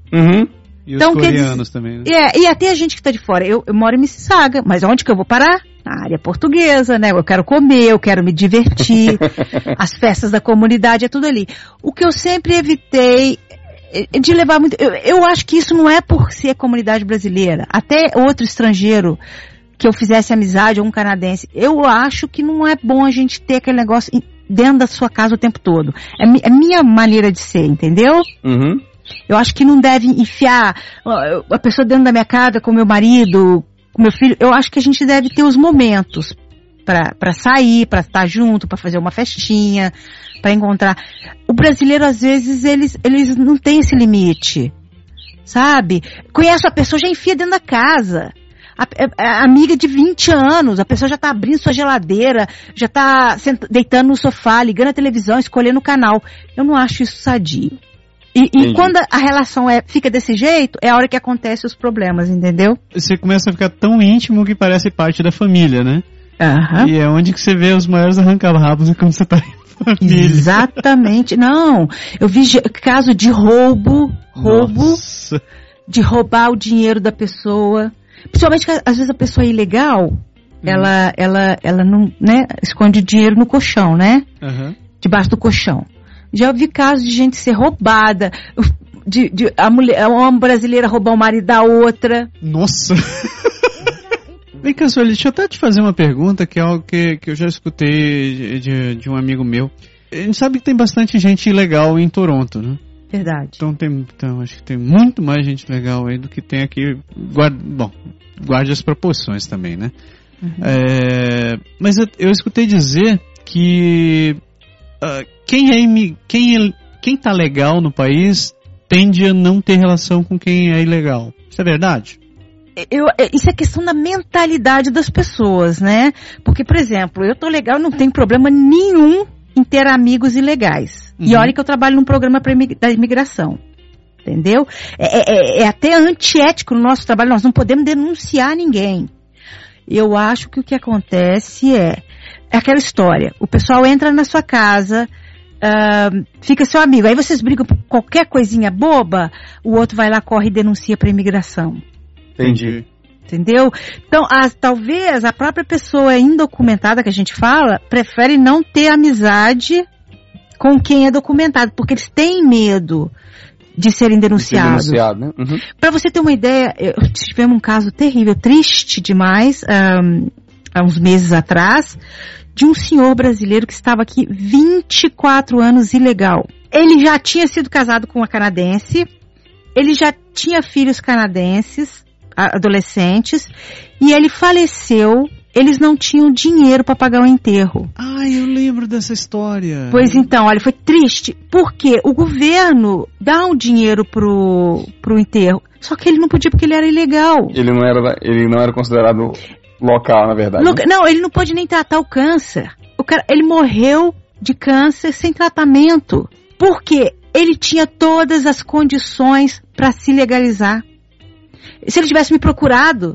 E os coreanos também, né? E até a gente que está de fora. Eu moro em Mississauga, mas onde que eu vou parar? Na área portuguesa, né? Eu quero comer, eu quero me divertir. As festas da comunidade, é tudo ali. O que eu sempre evitei de levar muito... Eu acho que isso não é por ser comunidade brasileira. Até outro estrangeiro que eu fizesse amizade, ou um canadense, eu acho que não é bom a gente ter aquele negócio dentro da sua casa o tempo todo. É minha maneira de ser, entendeu? Eu acho que não deve enfiar a pessoa dentro da minha casa com meu marido, com meu filho. Eu acho que a gente deve ter os momentos para sair, para estar junto, para fazer uma festinha, para encontrar. O brasileiro, às vezes, eles não têm esse limite, sabe? Conhece a pessoa, já enfia dentro da casa. A amiga de 20 anos, a pessoa já está abrindo sua geladeira, já está deitando no sofá, ligando a televisão, escolhendo o canal. Eu não acho isso sadio. E quando a relação fica desse jeito, é a hora que acontecem os problemas, entendeu? Você começa a ficar tão íntimo que parece parte da família, né? Uhum. E é onde que você vê os maiores arranca-rabos é quando você tá em família. Exatamente. Não, eu vi caso de roubo, Nossa. de roubar o dinheiro da pessoa. Principalmente que às vezes a pessoa é ilegal, ela não, né, esconde o dinheiro no colchão, né? Uhum. Debaixo do colchão. Já vi casos de gente ser roubada, uma brasileira roubar o marido da outra. Nossa! Vem cá, Sueli, deixa eu até te fazer uma pergunta, que é algo que eu já escutei de um amigo meu. A gente sabe que tem bastante gente ilegal em Toronto, né? Verdade. Então acho que tem muito mais gente legal aí do que tem aqui. Guarde as proporções também, né? Uhum. Mas eu escutei dizer que quem tá legal no país tende a não ter relação com quem é ilegal. Isso é verdade? Isso é questão da mentalidade das pessoas, né? Porque, por exemplo, eu tô legal, não tenho problema nenhum em ter amigos ilegais. Uhum. E olha que eu trabalho num programa da imigração. Entendeu? É até antiético no nosso trabalho, nós não podemos denunciar ninguém. Eu acho que o que acontece é aquela história, o pessoal entra na sua casa, fica seu amigo, aí vocês brigam por qualquer coisinha boba, o outro vai lá, corre e denuncia para a imigração. Entendi. Entendeu? Então, talvez a própria pessoa indocumentada que a gente fala, prefere não ter amizade com quem é documentado, porque eles têm medo de serem denunciados. Né? Uhum. Para você ter uma ideia, tivemos um caso terrível, triste demais, há uns meses atrás, de um senhor brasileiro que estava aqui 24 anos ilegal. Ele já tinha sido casado com uma canadense, ele já tinha filhos canadenses, adolescentes, e ele faleceu. Eles não tinham dinheiro para pagar o enterro. Eu lembro dessa história. Pois então, olha, foi triste, porque o governo dá um dinheiro pro enterro, só que ele não podia porque ele era ilegal. Ele não era considerado local, na verdade. Não, ele não pôde nem tratar o câncer. Ele morreu de câncer sem tratamento, porque ele tinha todas as condições para se legalizar. Se ele tivesse me procurado,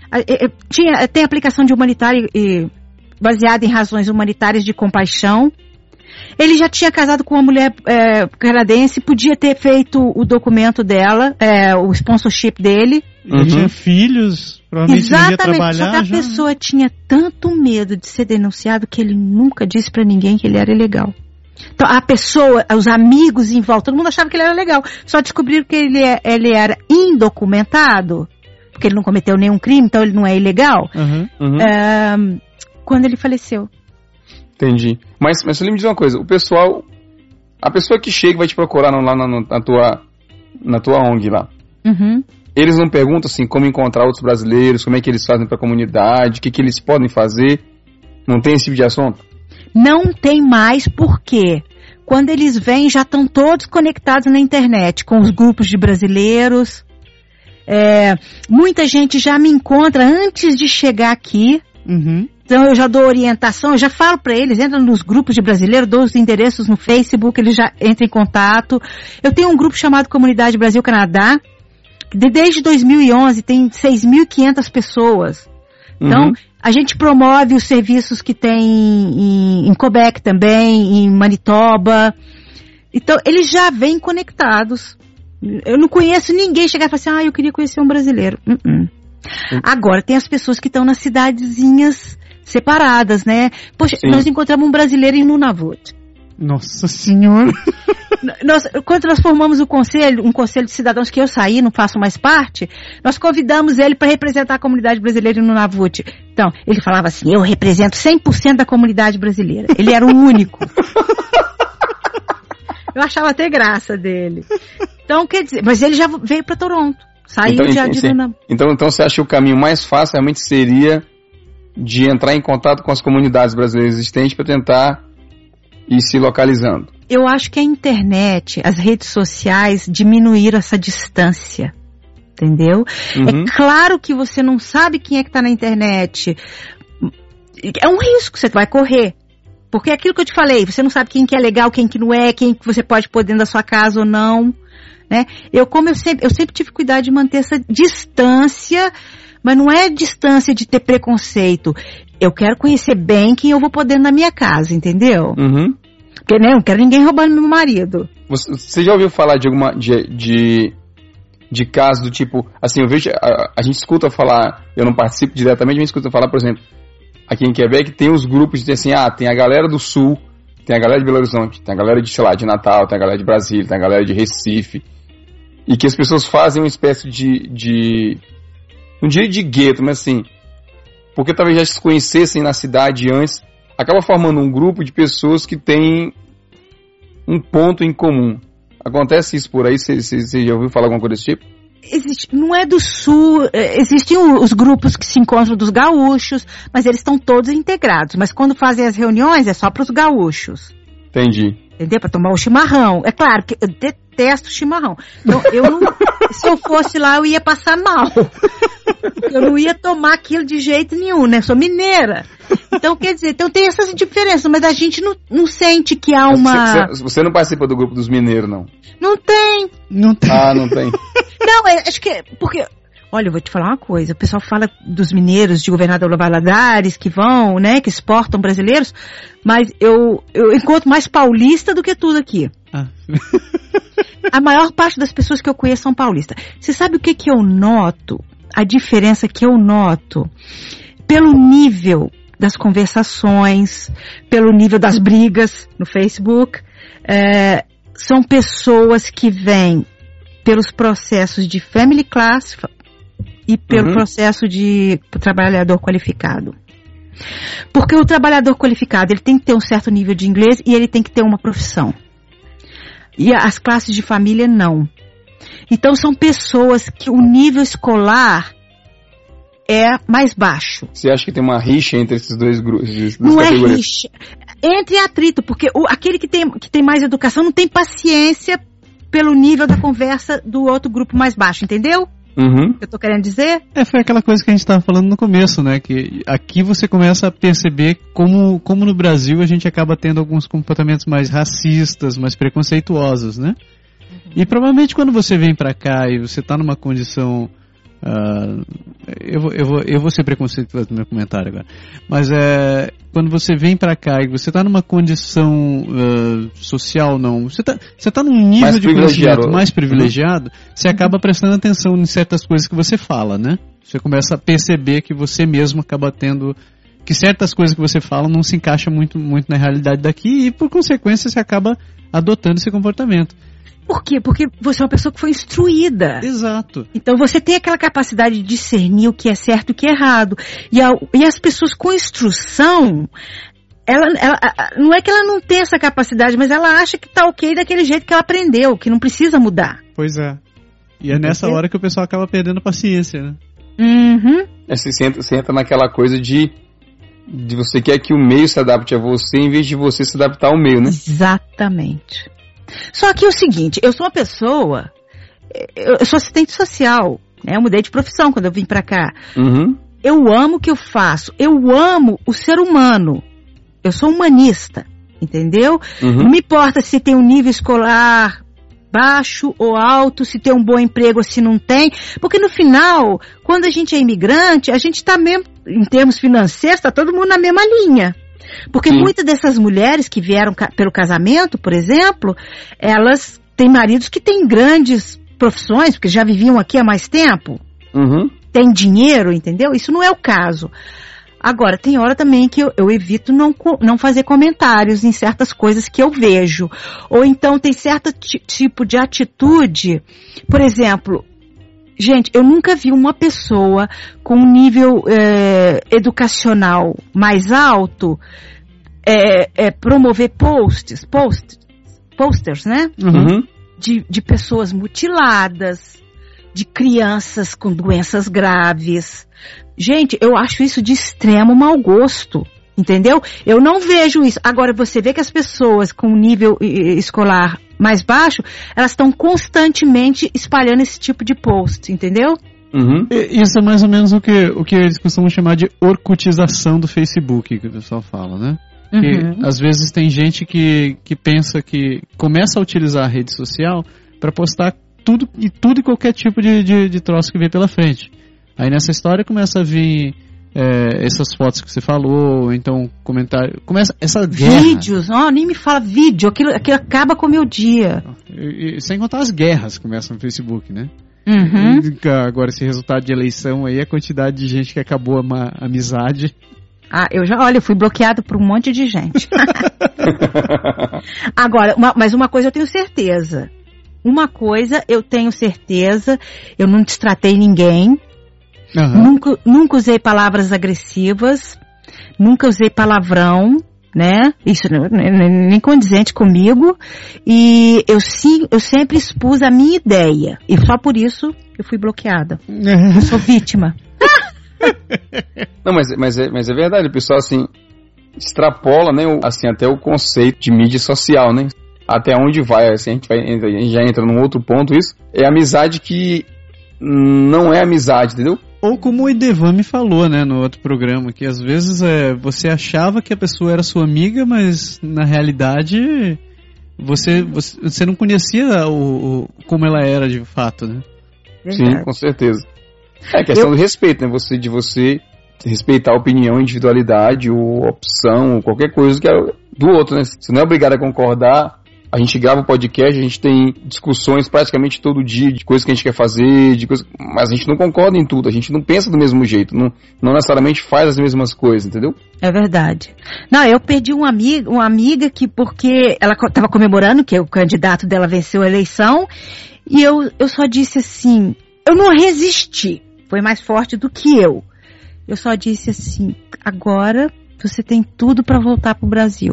tem aplicação de humanitário baseada em razões humanitárias de compaixão. Ele já tinha casado com uma mulher canadense, podia ter feito o documento dela, o sponsorship dele. Ele tinha filhos, provavelmente não ia trabalhar. Só que a pessoa tinha tanto medo de ser denunciado que ele nunca disse pra ninguém que ele era ilegal. Então a pessoa, os amigos em volta, todo mundo achava que ele era legal. Só descobriram que ele era indocumentado, porque ele não cometeu nenhum crime, então ele não é ilegal. Quando ele faleceu. Entendi. Mas você me diz uma coisa, a pessoa que chega e vai te procurar lá na tua ONG lá, eles não perguntam assim como encontrar outros brasileiros, como é que eles fazem para a comunidade, o que eles podem fazer? Não tem esse tipo de assunto? Não tem mais, porque quando eles vêm já estão todos conectados na internet, com os grupos de brasileiros. Muita gente já me encontra antes de chegar aqui. Então eu já dou orientação, eu já falo para eles, entra nos grupos de brasileiros, dou os endereços no Facebook, eles já entram em contato. Eu tenho um grupo chamado Comunidade Brasil-Canadá, que desde 2011 tem 6.500 pessoas. Então, a gente promove os serviços que tem em Quebec também, em Manitoba. Então, eles já vêm conectados. Eu não conheço ninguém chegar e falar assim, eu queria conhecer um brasileiro. Agora, tem as pessoas que estão nas cidadezinhas separadas, né? Poxa, nós encontramos um brasileiro em Nunavut. Nossa Senhora! Quando nós formamos um conselho de cidadãos que eu saí, não faço mais parte, nós convidamos ele para representar a comunidade brasileira em Nunavut. Então, ele falava assim, eu represento 100% da comunidade brasileira. Ele era o único. Eu achava até graça dele. Então, quer dizer, mas ele já veio para Toronto. Saiu de Nunavut. Então você acha que o caminho mais fácil realmente seria de entrar em contato com as comunidades brasileiras existentes para tentar ir se localizando? Eu acho que a internet, as redes sociais diminuíram essa distância. entendeu? É claro que você não sabe quem é que está na internet. É um risco que você vai correr. Porque é aquilo que eu te falei, você não sabe quem que é legal, quem que não é, quem que você pode pôr dentro da sua casa ou não, né? Eu sempre tive cuidado de manter essa distância, mas não é distância de ter preconceito. Eu quero conhecer bem quem eu vou pôr dentro da minha casa, entendeu? Porque, né, eu não quero ninguém roubando meu marido. Você já ouviu falar de alguma de casos do tipo, assim, eu vejo, a gente escuta falar, eu não participo diretamente, mas a gente escuta falar, por exemplo, aqui em Quebec tem os grupos de assim, tem a galera do Sul, tem a galera de Belo Horizonte, tem a galera de, sei lá, de Natal, tem a galera de Brasília, tem a galera de Recife, e que as pessoas fazem uma espécie de não diria de gueto, mas assim, porque talvez já se conhecessem na cidade antes, acaba formando um grupo de pessoas que têm um ponto em comum. Acontece isso por aí? Você já ouviu falar alguma coisa desse tipo? Não é do Sul, existem os grupos que se encontram dos gaúchos, mas eles estão todos integrados. Mas quando fazem as reuniões é só para os gaúchos. Entendi. Entendeu? Para tomar o chimarrão. É claro que eu detesto chimarrão. Então, se eu fosse lá, eu ia passar mal. Eu não ia tomar aquilo de jeito nenhum, né? Eu sou mineira. Então, quer dizer, tem essas diferenças, mas a gente não sente que há uma... Você não participa do grupo dos mineiros, não? Não tem. Não tem. Ah, não tem. Não, acho que... Porque... Olha, eu vou te falar uma coisa. O pessoal fala dos mineiros, de Governador Valadares, que vão, né, que exportam brasileiros, mas eu encontro mais paulista do que tudo aqui. A maior parte das pessoas que eu conheço são paulistas. Você sabe o que eu noto? A diferença que eu noto? Pelo nível das conversações, pelo nível das brigas no Facebook, são pessoas que vêm pelos processos de family class e pelo processo de trabalhador qualificado. Porque o trabalhador qualificado, ele tem que ter um certo nível de inglês e ele tem que ter uma profissão. E as classes de família, não. Então, são pessoas que o nível escolar é mais baixo. Você acha que tem uma rixa entre esses dois grupos? Não é rixa. Entre atrito, porque aquele que tem mais educação não tem paciência pelo nível da conversa do outro grupo mais baixo, entendeu? O que eu tô querendo dizer? Foi aquela coisa que a gente estava falando no começo, né? Que aqui você começa a perceber como no Brasil a gente acaba tendo alguns comportamentos mais racistas, mais preconceituosos, né? E provavelmente quando você vem pra cá e você tá numa condição... eu vou ser preconceituoso no meu comentário agora. Mas quando você vem pra cá e você tá numa condição social, não. Você tá num nível mais de conhecimento mais privilegiado, você acaba prestando atenção em certas coisas que você fala, né? Você começa a perceber que você mesmo acaba tendo... que certas coisas que você fala não se encaixam muito na realidade daqui e, por consequência, você acaba adotando esse comportamento. Por quê? Porque você é uma pessoa que foi instruída. Exato. Então você tem aquela capacidade de discernir o que é certo e o que é errado. E as pessoas com instrução, ela não é que ela não tem essa capacidade, mas ela acha que tá ok daquele jeito que ela aprendeu, que não precisa mudar. Pois é. E é nessa hora que o pessoal acaba perdendo paciência, né? Você entra naquela coisa de você quer que o meio se adapte a você em vez de você se adaptar ao meio, né? Exatamente. Só que é o seguinte, eu sou uma pessoa, eu sou assistente social, né? Eu mudei de profissão quando eu vim pra cá. Eu amo o que eu faço, eu amo o ser humano, eu sou humanista, entendeu? Não me importa se tem um nível escolar baixo ou alto, se tem um bom emprego ou se não tem, porque no final, quando a gente é imigrante, a gente tá mesmo, em termos financeiros, tá todo mundo na mesma linha. Porque muitas dessas mulheres que vieram pelo casamento, por exemplo, elas têm maridos que têm grandes profissões, porque já viviam aqui há mais tempo, têm dinheiro, entendeu? Isso não é o caso. Agora, tem hora também que eu evito não fazer comentários em certas coisas que eu vejo. Ou então tem certo tipo de atitude, por exemplo... Gente, eu nunca vi uma pessoa com um nível educacional mais alto promover posters, né? De pessoas mutiladas, de crianças com doenças graves. Gente, eu acho isso de extremo mau gosto, entendeu? Eu não vejo isso. Agora, você vê que as pessoas com nível escolar mais baixo, elas estão constantemente espalhando esse tipo de post, entendeu? Uhum. Isso é mais ou menos o que eles costumam chamar de orcutização do Facebook, que o pessoal fala, né? Que às vezes tem gente que pensa que começa a utilizar a rede social para postar tudo e qualquer tipo de troço que vem pela frente. Aí nessa história começa a vir essas fotos que você falou, então comentário, começa essa guerra. Vídeos, nem me fala vídeo, aquilo acaba com o meu dia. E sem contar as guerras que começam no Facebook, né? Agora esse resultado de eleição aí, a quantidade de gente que acabou a amizade. Eu fui bloqueado por um monte de gente. Agora, mas uma coisa eu tenho certeza. Eu não destratei ninguém. Nunca usei palavras agressivas, nunca usei palavrão, né? Isso nem condizente comigo. E eu sempre expus a minha ideia. E só por isso eu fui bloqueada. Eu sou vítima. Não, mas é verdade, o pessoal assim extrapola, né, assim, até o conceito de mídia social, né? Até onde vai, assim, a gente já entra num outro ponto, isso é amizade que não é amizade, entendeu? Ou como o Idevan me falou, né, no outro programa, que às vezes você achava que a pessoa era sua amiga, mas na realidade você não conhecia como ela era de fato, né? Verdade. Sim, com certeza. É questão do respeito, né? De você respeitar a opinião, individualidade, ou opção, ou qualquer coisa que é do outro, né? Você não é obrigado a concordar. A gente grava o podcast, a gente tem discussões praticamente todo dia de coisas que a gente quer fazer, mas a gente não concorda em tudo, a gente não pensa do mesmo jeito, não necessariamente faz as mesmas coisas, entendeu? É verdade. Não, eu perdi uma amiga que, porque ela estava comemorando que o candidato dela venceu a eleição, e eu só disse assim, eu não resisti, foi mais forte do que eu. Eu só disse assim, agora você tem tudo para voltar pro Brasil.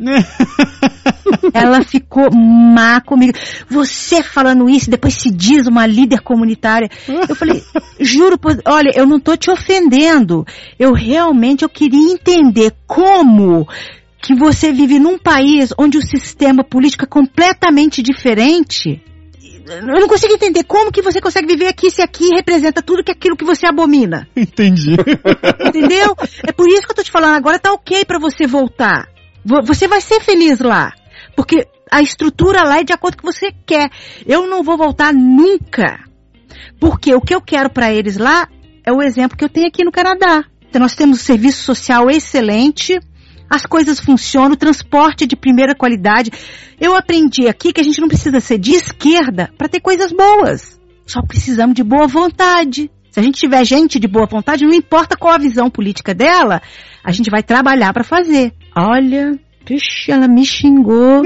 Ela ficou má comigo. Você falando isso, depois se diz uma líder comunitária. Eu falei, juro, olha, eu não tô te ofendendo. Eu queria entender como que você vive num país onde o sistema político é completamente diferente. Eu não consigo entender como que você consegue viver aqui se aqui representa tudo aquilo que você abomina. Entendi. Entendeu? É por isso que eu tô te falando, agora tá ok pra você voltar. Você vai ser feliz lá. Porque a estrutura lá é de acordo com o que você quer. Eu não vou voltar nunca. Porque o que eu quero pra eles lá é o exemplo que eu tenho aqui no Canadá. Então nós temos um serviço social excelente, as coisas funcionam, transporte de primeira qualidade. Eu aprendi aqui que a gente não precisa ser de esquerda para ter coisas boas. Só precisamos de boa vontade. Se a gente tiver gente de boa vontade, não importa qual a visão política dela, a gente vai trabalhar para fazer. Olha, ela me xingou.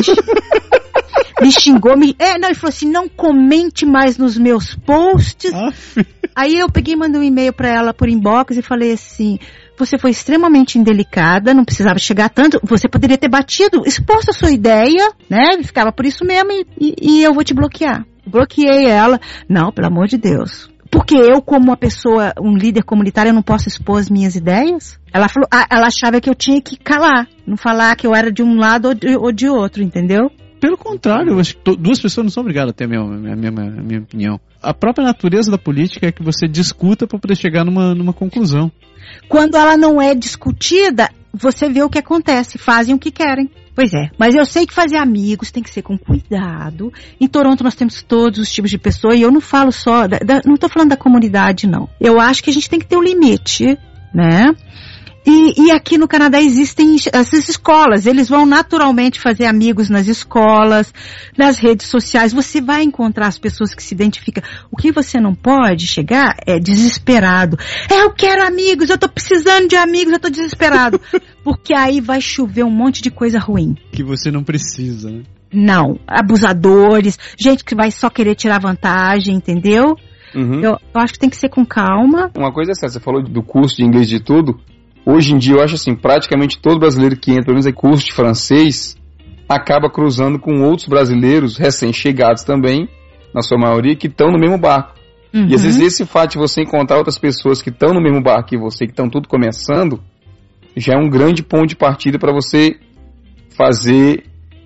Me xingou. Ele falou assim, não comente mais nos meus posts. Aí eu peguei e mandei um e-mail para ela por inbox e falei assim, você foi extremamente indelicada, não precisava chegar tanto, você poderia ter batido, exposto a sua ideia, né? Ficava por isso mesmo e eu vou te bloquear. Bloqueei ela. Não, pelo amor de Deus. Porque eu, como uma pessoa, um líder comunitário, eu não posso expor as minhas ideias? Ela falou, ela achava que eu tinha que calar, não falar que eu era de um lado ou de outro, entendeu? Pelo contrário, eu acho que duas pessoas não são obrigadas a ter a minha opinião. A própria natureza da política é que você discuta para poder chegar numa conclusão. Quando ela não é discutida, você vê o que acontece, fazem o que querem. Pois é, mas eu sei que fazer amigos tem que ser com cuidado. Em Toronto nós temos todos os tipos de pessoas, e eu não falo só, não estou falando da comunidade, não. Eu acho que a gente tem que ter um limite, né? E aqui no Canadá existem essas escolas, eles vão naturalmente fazer amigos nas escolas, nas redes sociais, você vai encontrar as pessoas que se identificam. O que você não pode chegar é desesperado. Eu quero amigos, eu tô precisando de amigos, eu tô desesperado. Porque aí vai chover um monte de coisa ruim. Que você não precisa, né? Não, abusadores, gente que vai só querer tirar vantagem, entendeu? Uhum. Eu acho que tem que ser com calma. Uma coisa é certa, você falou do curso de inglês de tudo. Hoje em dia eu acho assim, praticamente todo brasileiro que entra, pelo menos em curso de francês, acaba cruzando com outros brasileiros recém-chegados também, na sua maioria, que estão no mesmo barco. Uhum. E às vezes esse fato de você encontrar outras pessoas que estão no mesmo barco que você, que estão tudo começando, já é um grande ponto de partida para você fazer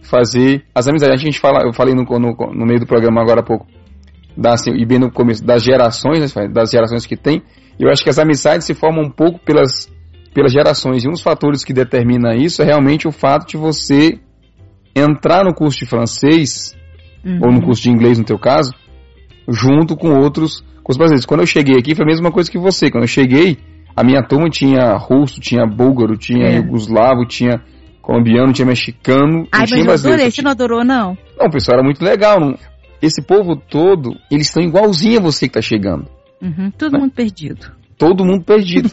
fazer as amizades. A gente fala, eu falei no meio do programa agora há pouco, e bem no começo, das gerações, né, das gerações que tem. Eu acho que as amizades se formam um pouco pelas gerações. E um dos fatores que determina isso é realmente o fato de você entrar no curso de francês, ou no curso de inglês no teu caso, junto com outros brasileiros. Quando eu cheguei aqui foi a mesma coisa que você. Quando eu cheguei, a minha turma tinha russo, tinha búlgaro, tinha iugoslavo, tinha colombiano, tinha mexicano. Mas eu adorei, você não adorou, não? Não, o pessoal era muito legal. Esse povo todo, eles estão igualzinho a você que está chegando. Todo mundo perdido. Todo mundo perdido.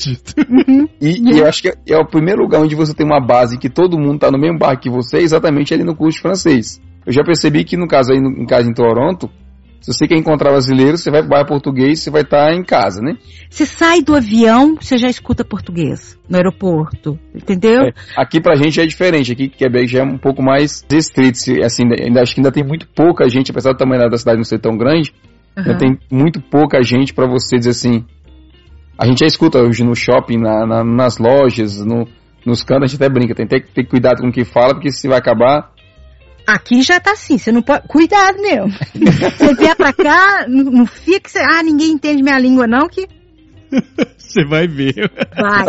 E eu acho que é o primeiro lugar onde você tem uma base que todo mundo está no mesmo barco que você, exatamente ali no curso de francês. Eu já percebi que no caso aí, em Toronto, se você quer encontrar brasileiro, você vai português, você vai estar em casa, né? Você sai do avião, você já escuta português no aeroporto, entendeu? Aqui pra gente é diferente, aqui Quebec já é um pouco mais restrito, assim, acho que ainda tem muito pouca gente, apesar do tamanho da cidade não ser tão grande, ainda tem muito pouca gente pra você dizer assim. A gente já escuta hoje no shopping, nas lojas, nos cantos, a gente até brinca, tem que ter cuidado com o que fala, porque se vai acabar... Aqui já tá assim, você não pode... Cuidado mesmo. Você vier pra cá, não fica... ninguém entende minha língua não, que... Você vai ver. Vai,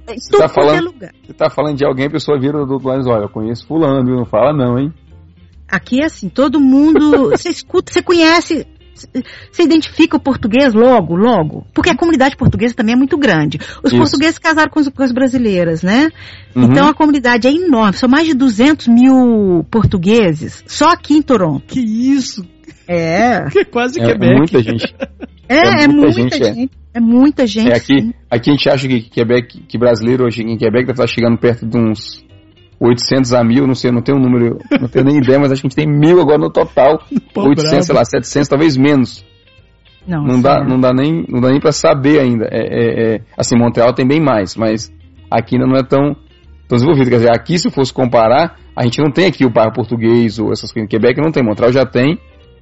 Você tá falando de alguém, a pessoa vira do outro lado e diz, olha, eu conheço fulano, viu? Não fala não, hein? Aqui é assim, todo mundo... Você escuta, você conhece... Você identifica o português logo, porque a comunidade portuguesa também é muito grande. Os portugueses casaram com as brasileiras, né? Então a comunidade é enorme, são mais de 200 mil portugueses, só aqui em Toronto. Que isso? É quase Quebec. É muita gente. É muita gente. É muita gente. Aqui a gente acha que Quebec, que brasileiro hoje em Quebec deve estar chegando perto de uns 800 a 1000, não sei, não tenho um número, não tenho nem ideia, mas acho que a gente tem 1000 agora no total. 800, sei lá, 700, talvez menos. Não dá nem pra saber ainda. Assim, Montreal tem bem mais, mas aqui ainda não é tão desenvolvido. Quer dizer, aqui se fosse comparar, a gente não tem aqui o bairro português ou essas coisas. Quebec não tem, Montreal já tem.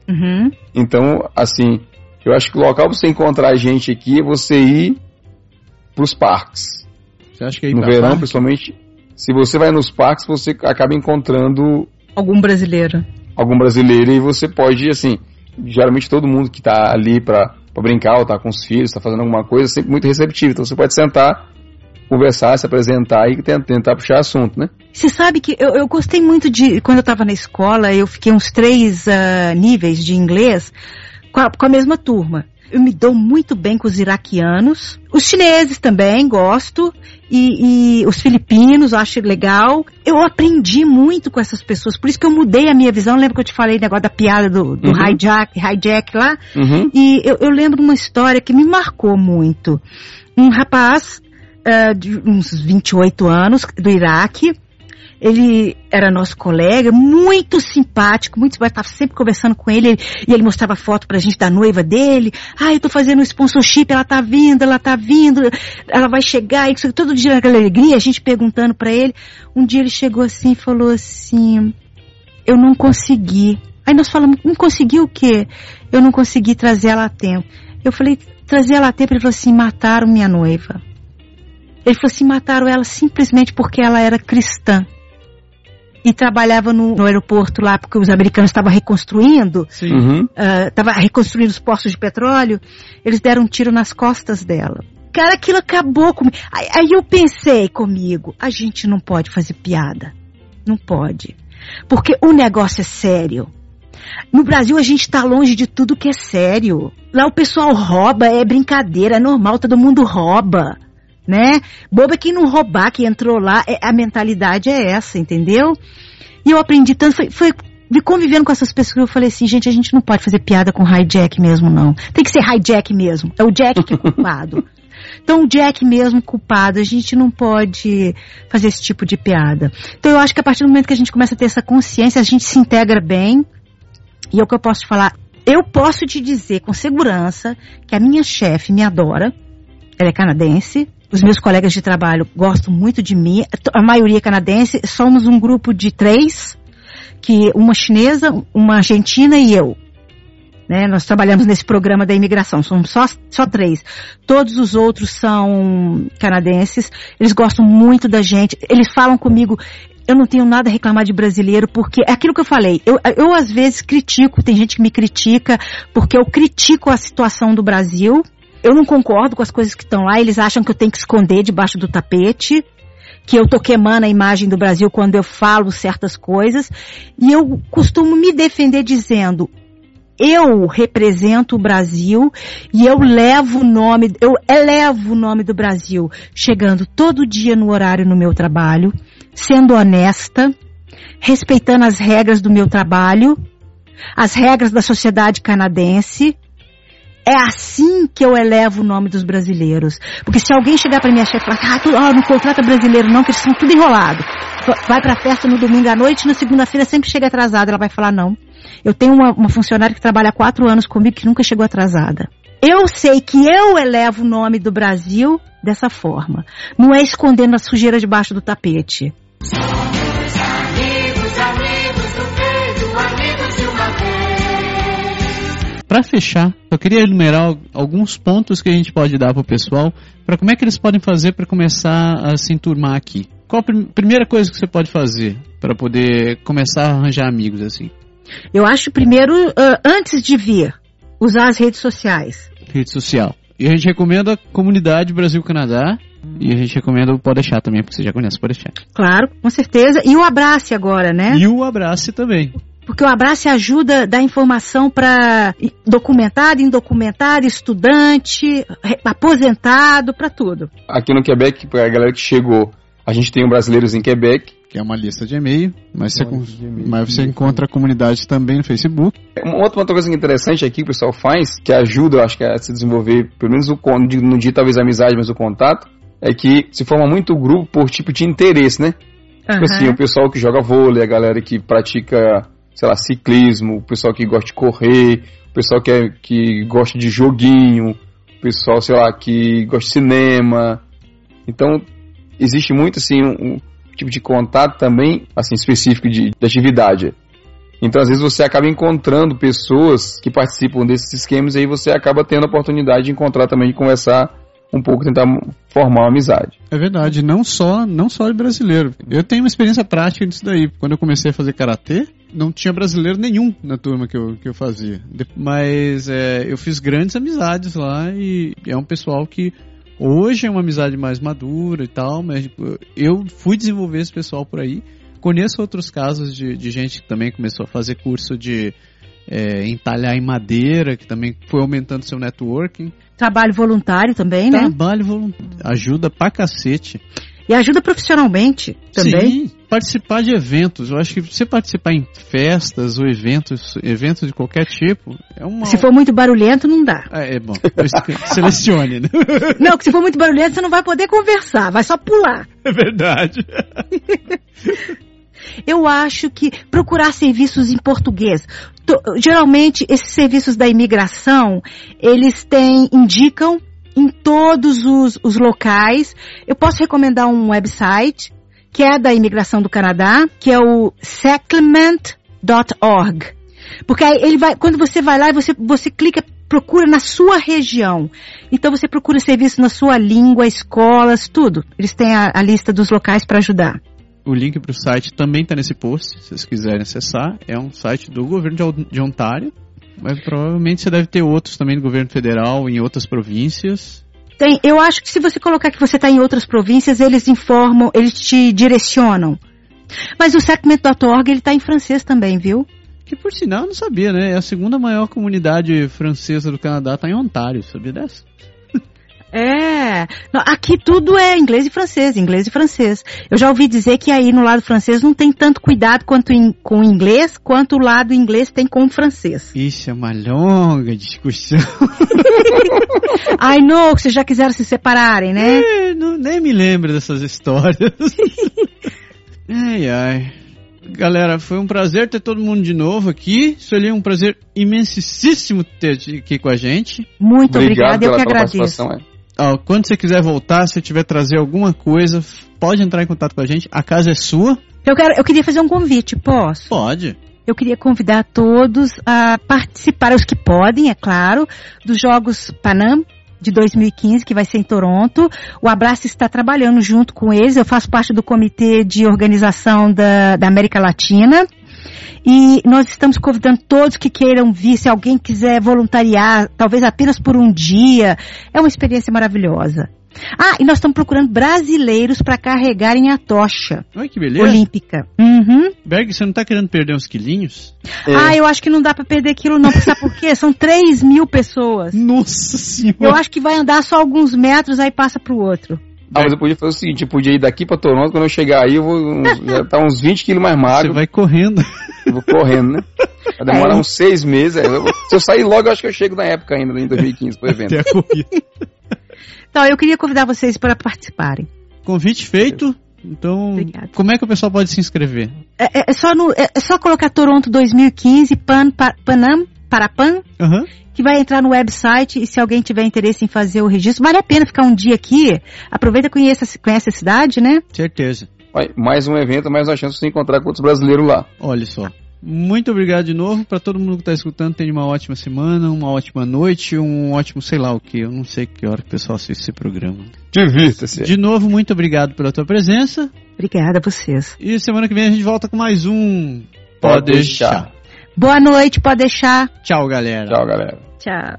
Então, assim, eu acho que o local pra você encontrar gente aqui é você ir pros parques. Você acha que é ir no verão, principalmente... Se você vai nos parques, você acaba encontrando... Algum brasileiro e você pode, assim... Geralmente todo mundo que está ali para brincar, ou tá com os filhos, está fazendo alguma coisa, é sempre muito receptivo. Então você pode sentar, conversar, se apresentar e tentar puxar assunto, né? Você sabe que eu gostei muito de... Quando eu estava na escola, eu fiquei uns 3 níveis de inglês com a mesma turma. Eu me dou muito bem com os iraquianos, os chineses também, gosto, e os filipinos, eu acho legal. Eu aprendi muito com essas pessoas, por isso que eu mudei a minha visão. Lembra que eu te falei o negócio da piada do hijack lá? E eu lembro uma história que me marcou muito. Um rapaz de uns 28 anos, do Iraque, ele era nosso colega, muito simpático, eu estava sempre conversando com ele, e ele mostrava foto pra gente da noiva dele. Eu tô fazendo um sponsorship, ela tá vindo, ela vai chegar, e todo dia aquela alegria, a gente perguntando pra ele. Um dia ele chegou assim e falou assim, eu não consegui. Aí nós falamos, não conseguiu o quê? Eu não consegui trazer ela a tempo. Eu falei, trazer ela a tempo? Ele falou assim, mataram minha noiva. Ele falou assim, mataram ela simplesmente porque ela era cristã. E trabalhava no aeroporto lá, porque os americanos estavam reconstruindo, estavam reconstruindo os poços de petróleo, eles deram um tiro nas costas dela. Cara, aquilo acabou comigo. Aí eu pensei comigo, a gente não pode fazer piada. Não pode. Porque o negócio é sério. No Brasil a gente está longe de tudo que é sério. Lá o pessoal rouba, é brincadeira, é normal, todo mundo rouba. Né? Boba quem não roubar, que entrou lá, a mentalidade é essa, entendeu? E eu aprendi tanto, foi convivendo com essas pessoas que eu falei assim, gente, a gente não pode fazer piada com hijack mesmo, não. Tem que ser hijack mesmo, é o Jack que é culpado. Então o Jack mesmo culpado, a gente não pode fazer esse tipo de piada. Então eu acho que a partir do momento que a gente começa a ter essa consciência, a gente se integra bem, e é o que eu posso te falar, eu posso te dizer com segurança que a minha chefe me adora, ela é canadense. Os meus colegas de trabalho gostam muito de mim, a maioria é canadense, somos um grupo de 3, que uma chinesa, uma argentina e eu. Né? Nós trabalhamos nesse programa da imigração, somos só 3. Todos os outros são canadenses, eles gostam muito da gente, eles falam comigo, eu não tenho nada a reclamar de brasileiro, porque é aquilo que eu falei, eu às vezes critico, tem gente que me critica, porque eu critico a situação do Brasil, eu não concordo com as coisas que estão lá, eles acham que eu tenho que esconder debaixo do tapete, que eu tô queimando a imagem do Brasil quando eu falo certas coisas, e eu costumo me defender dizendo, eu represento o Brasil e eu elevo o nome do Brasil, chegando todo dia no horário no meu trabalho, sendo honesta, respeitando as regras do meu trabalho, as regras da sociedade canadense. É assim que eu elevo o nome dos brasileiros. Porque se alguém chegar para minha chefe e falar, não contrata brasileiro não, que eles são tudo enrolado. Vai pra festa no domingo à noite, na segunda-feira sempre chega atrasada. Ela vai falar, não. Eu tenho uma funcionária que trabalha há 4 anos comigo que nunca chegou atrasada. Eu sei que eu elevo o nome do Brasil dessa forma. Não é escondendo a sujeira debaixo do tapete. Para fechar, eu queria enumerar alguns pontos que a gente pode dar para o pessoal, para como é que eles podem fazer para começar a se enturmar aqui. Qual a primeira coisa que você pode fazer para poder começar a arranjar amigos assim? Eu acho primeiro, antes de vir, usar as redes sociais. Rede social. E a gente recomenda a Comunidade Brasil-Canadá, e a gente recomenda o Pode Deixar também, porque você já conhece o Pode Deixar. Claro, com certeza. E o Abrace agora, né? E o Abrace também. Porque o Abrace ajuda a dar informação para documentado, indocumentado, estudante, aposentado, para tudo. Aqui no Quebec, para a galera que chegou, a gente tem o Brasileiros em Quebec. Que é uma lista de e-mail, mas você encontra a comunidade também no Facebook. Uma outra coisa interessante aqui que o pessoal faz, que ajuda, eu acho, a se desenvolver, pelo menos no dia talvez a amizade, mas o contato, é que se forma muito grupo por tipo de interesse, né? Tipo assim, o pessoal que joga vôlei, a galera que pratica, sei lá, ciclismo, o pessoal que gosta de correr, o pessoal que gosta de joguinho, o pessoal, sei lá, que gosta de cinema. Então, existe muito, assim, um tipo de contato também, assim, específico de atividade. Então, às vezes, você acaba encontrando pessoas que participam desses esquemas e aí você acaba tendo a oportunidade de encontrar também, de conversar um pouco, tentar formar uma amizade. É verdade, não só de brasileiro. Eu tenho uma experiência prática disso daí. Quando eu comecei a fazer karatê, não tinha brasileiro nenhum na turma que eu fazia. Mas eu fiz grandes amizades lá e é um pessoal que hoje é uma amizade mais madura e tal, mas eu fui desenvolver esse pessoal por aí. Conheço outros casos de gente que também começou a fazer curso de entalhar em madeira, que também foi aumentando seu networking. Trabalho voluntário também, né? Trabalho voluntário. Ajuda pra cacete. E ajuda profissionalmente também. Sim, participar de eventos. Eu acho que você participar em festas ou eventos de qualquer tipo, é uma... Se for muito barulhento, não dá. É bom, selecione, né? Não, que se for muito barulhento, você não vai poder conversar, vai só pular. É verdade. Eu acho que procurar serviços em português. Geralmente, esses serviços da imigração, eles indicam em todos os locais. Eu posso recomendar um website, que é da imigração do Canadá, que é o settlement.org. Porque aí quando você vai lá, você clica, procura na sua região. Então você procura serviço na sua língua, escolas, tudo. Eles têm a lista dos locais para ajudar. O link para o site também está nesse post, se vocês quiserem acessar. É um site do governo de Ontário, mas provavelmente você deve ter outros também do governo federal em outras províncias. Eu acho que se você colocar que você está em outras províncias, eles informam, eles te direcionam. Mas o settlement.org, ele está em francês também, viu? Que por sinal eu não sabia, né? É a segunda maior comunidade francesa do Canadá, está em Ontário, sabia dessa? Não, aqui tudo é inglês e francês. Eu já ouvi dizer que aí no lado francês não tem tanto cuidado com o inglês, quanto o lado inglês tem com o francês. Isso é uma longa discussão. I know, que vocês já quiseram se separarem, né? Nem me lembro dessas histórias. Ai. Galera, foi um prazer ter todo mundo de novo aqui. Sueli, um prazer imensíssimo ter aqui com a gente. Muito obrigada, eu que agradeço. Quando você quiser voltar, se tiver trazer alguma coisa, pode entrar em contato com a gente. A casa é sua. Eu queria fazer um convite, posso? Pode. Eu queria convidar todos a participar, os que podem, é claro, dos Jogos Panam de 2015, que vai ser em Toronto. O Abrace está trabalhando junto com eles. Eu faço parte do comitê de organização da América Latina. E nós estamos convidando todos que queiram vir, se alguém quiser voluntariar, talvez apenas por um dia. É uma experiência maravilhosa. E nós estamos procurando brasileiros para carregarem a tocha. Olha que beleza. Olímpica. Uhum. Berg, você não está querendo perder uns quilinhos? Eu acho que não dá para perder aquilo não, sabe por quê? São 3.000 pessoas. Nossa Senhora. Eu acho que vai andar só alguns metros, aí passa pro outro. Mas eu podia fazer o seguinte, eu podia ir daqui pra Toronto, quando eu chegar aí, eu vou já tá uns 20 quilos mais magro. Você vai correndo. Eu vou correndo, né? Vai demorar uns 6 meses. Se eu sair logo, eu acho que eu chego na época ainda, em 2015, pro evento. Até a corrida. Então, eu queria convidar vocês para participarem. Convite feito. Então, Obrigada. Como é que o pessoal pode se inscrever? É só colocar Toronto 2015, Panam, Parapan, que vai entrar no website, e se alguém tiver interesse em fazer o registro, vale a pena ficar um dia aqui, aproveita e conhece a cidade, né? Certeza. Mais um evento, mais uma chance de você encontrar com outros brasileiros lá. Olha só. Muito obrigado de novo. Para todo mundo que está escutando, tenha uma ótima semana, uma ótima noite, um ótimo sei lá o que. Eu não sei que hora que o pessoal assiste esse programa. Divirta-se. De novo, muito obrigado pela tua presença. Obrigada a vocês. E semana que vem a gente volta com mais um Pode deixar. Boa noite, pode deixar. Tchau, galera. Tchau, galera. Tchau.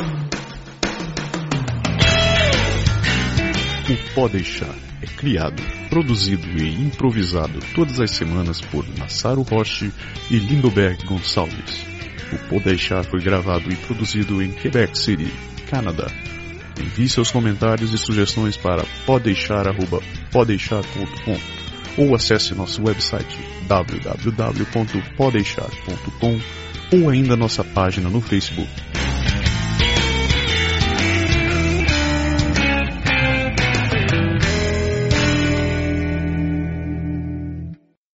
O Pode Deixar é criado, produzido e improvisado todas as semanas por Massaro Roche e Lindoberg Gonçalves. O Pode Deixar foi gravado e produzido em Quebec City, Canadá. Envie seus comentários e sugestões para podeixar@podeixar.com ou acesse nosso website www.podeixar.com ou ainda nossa página no Facebook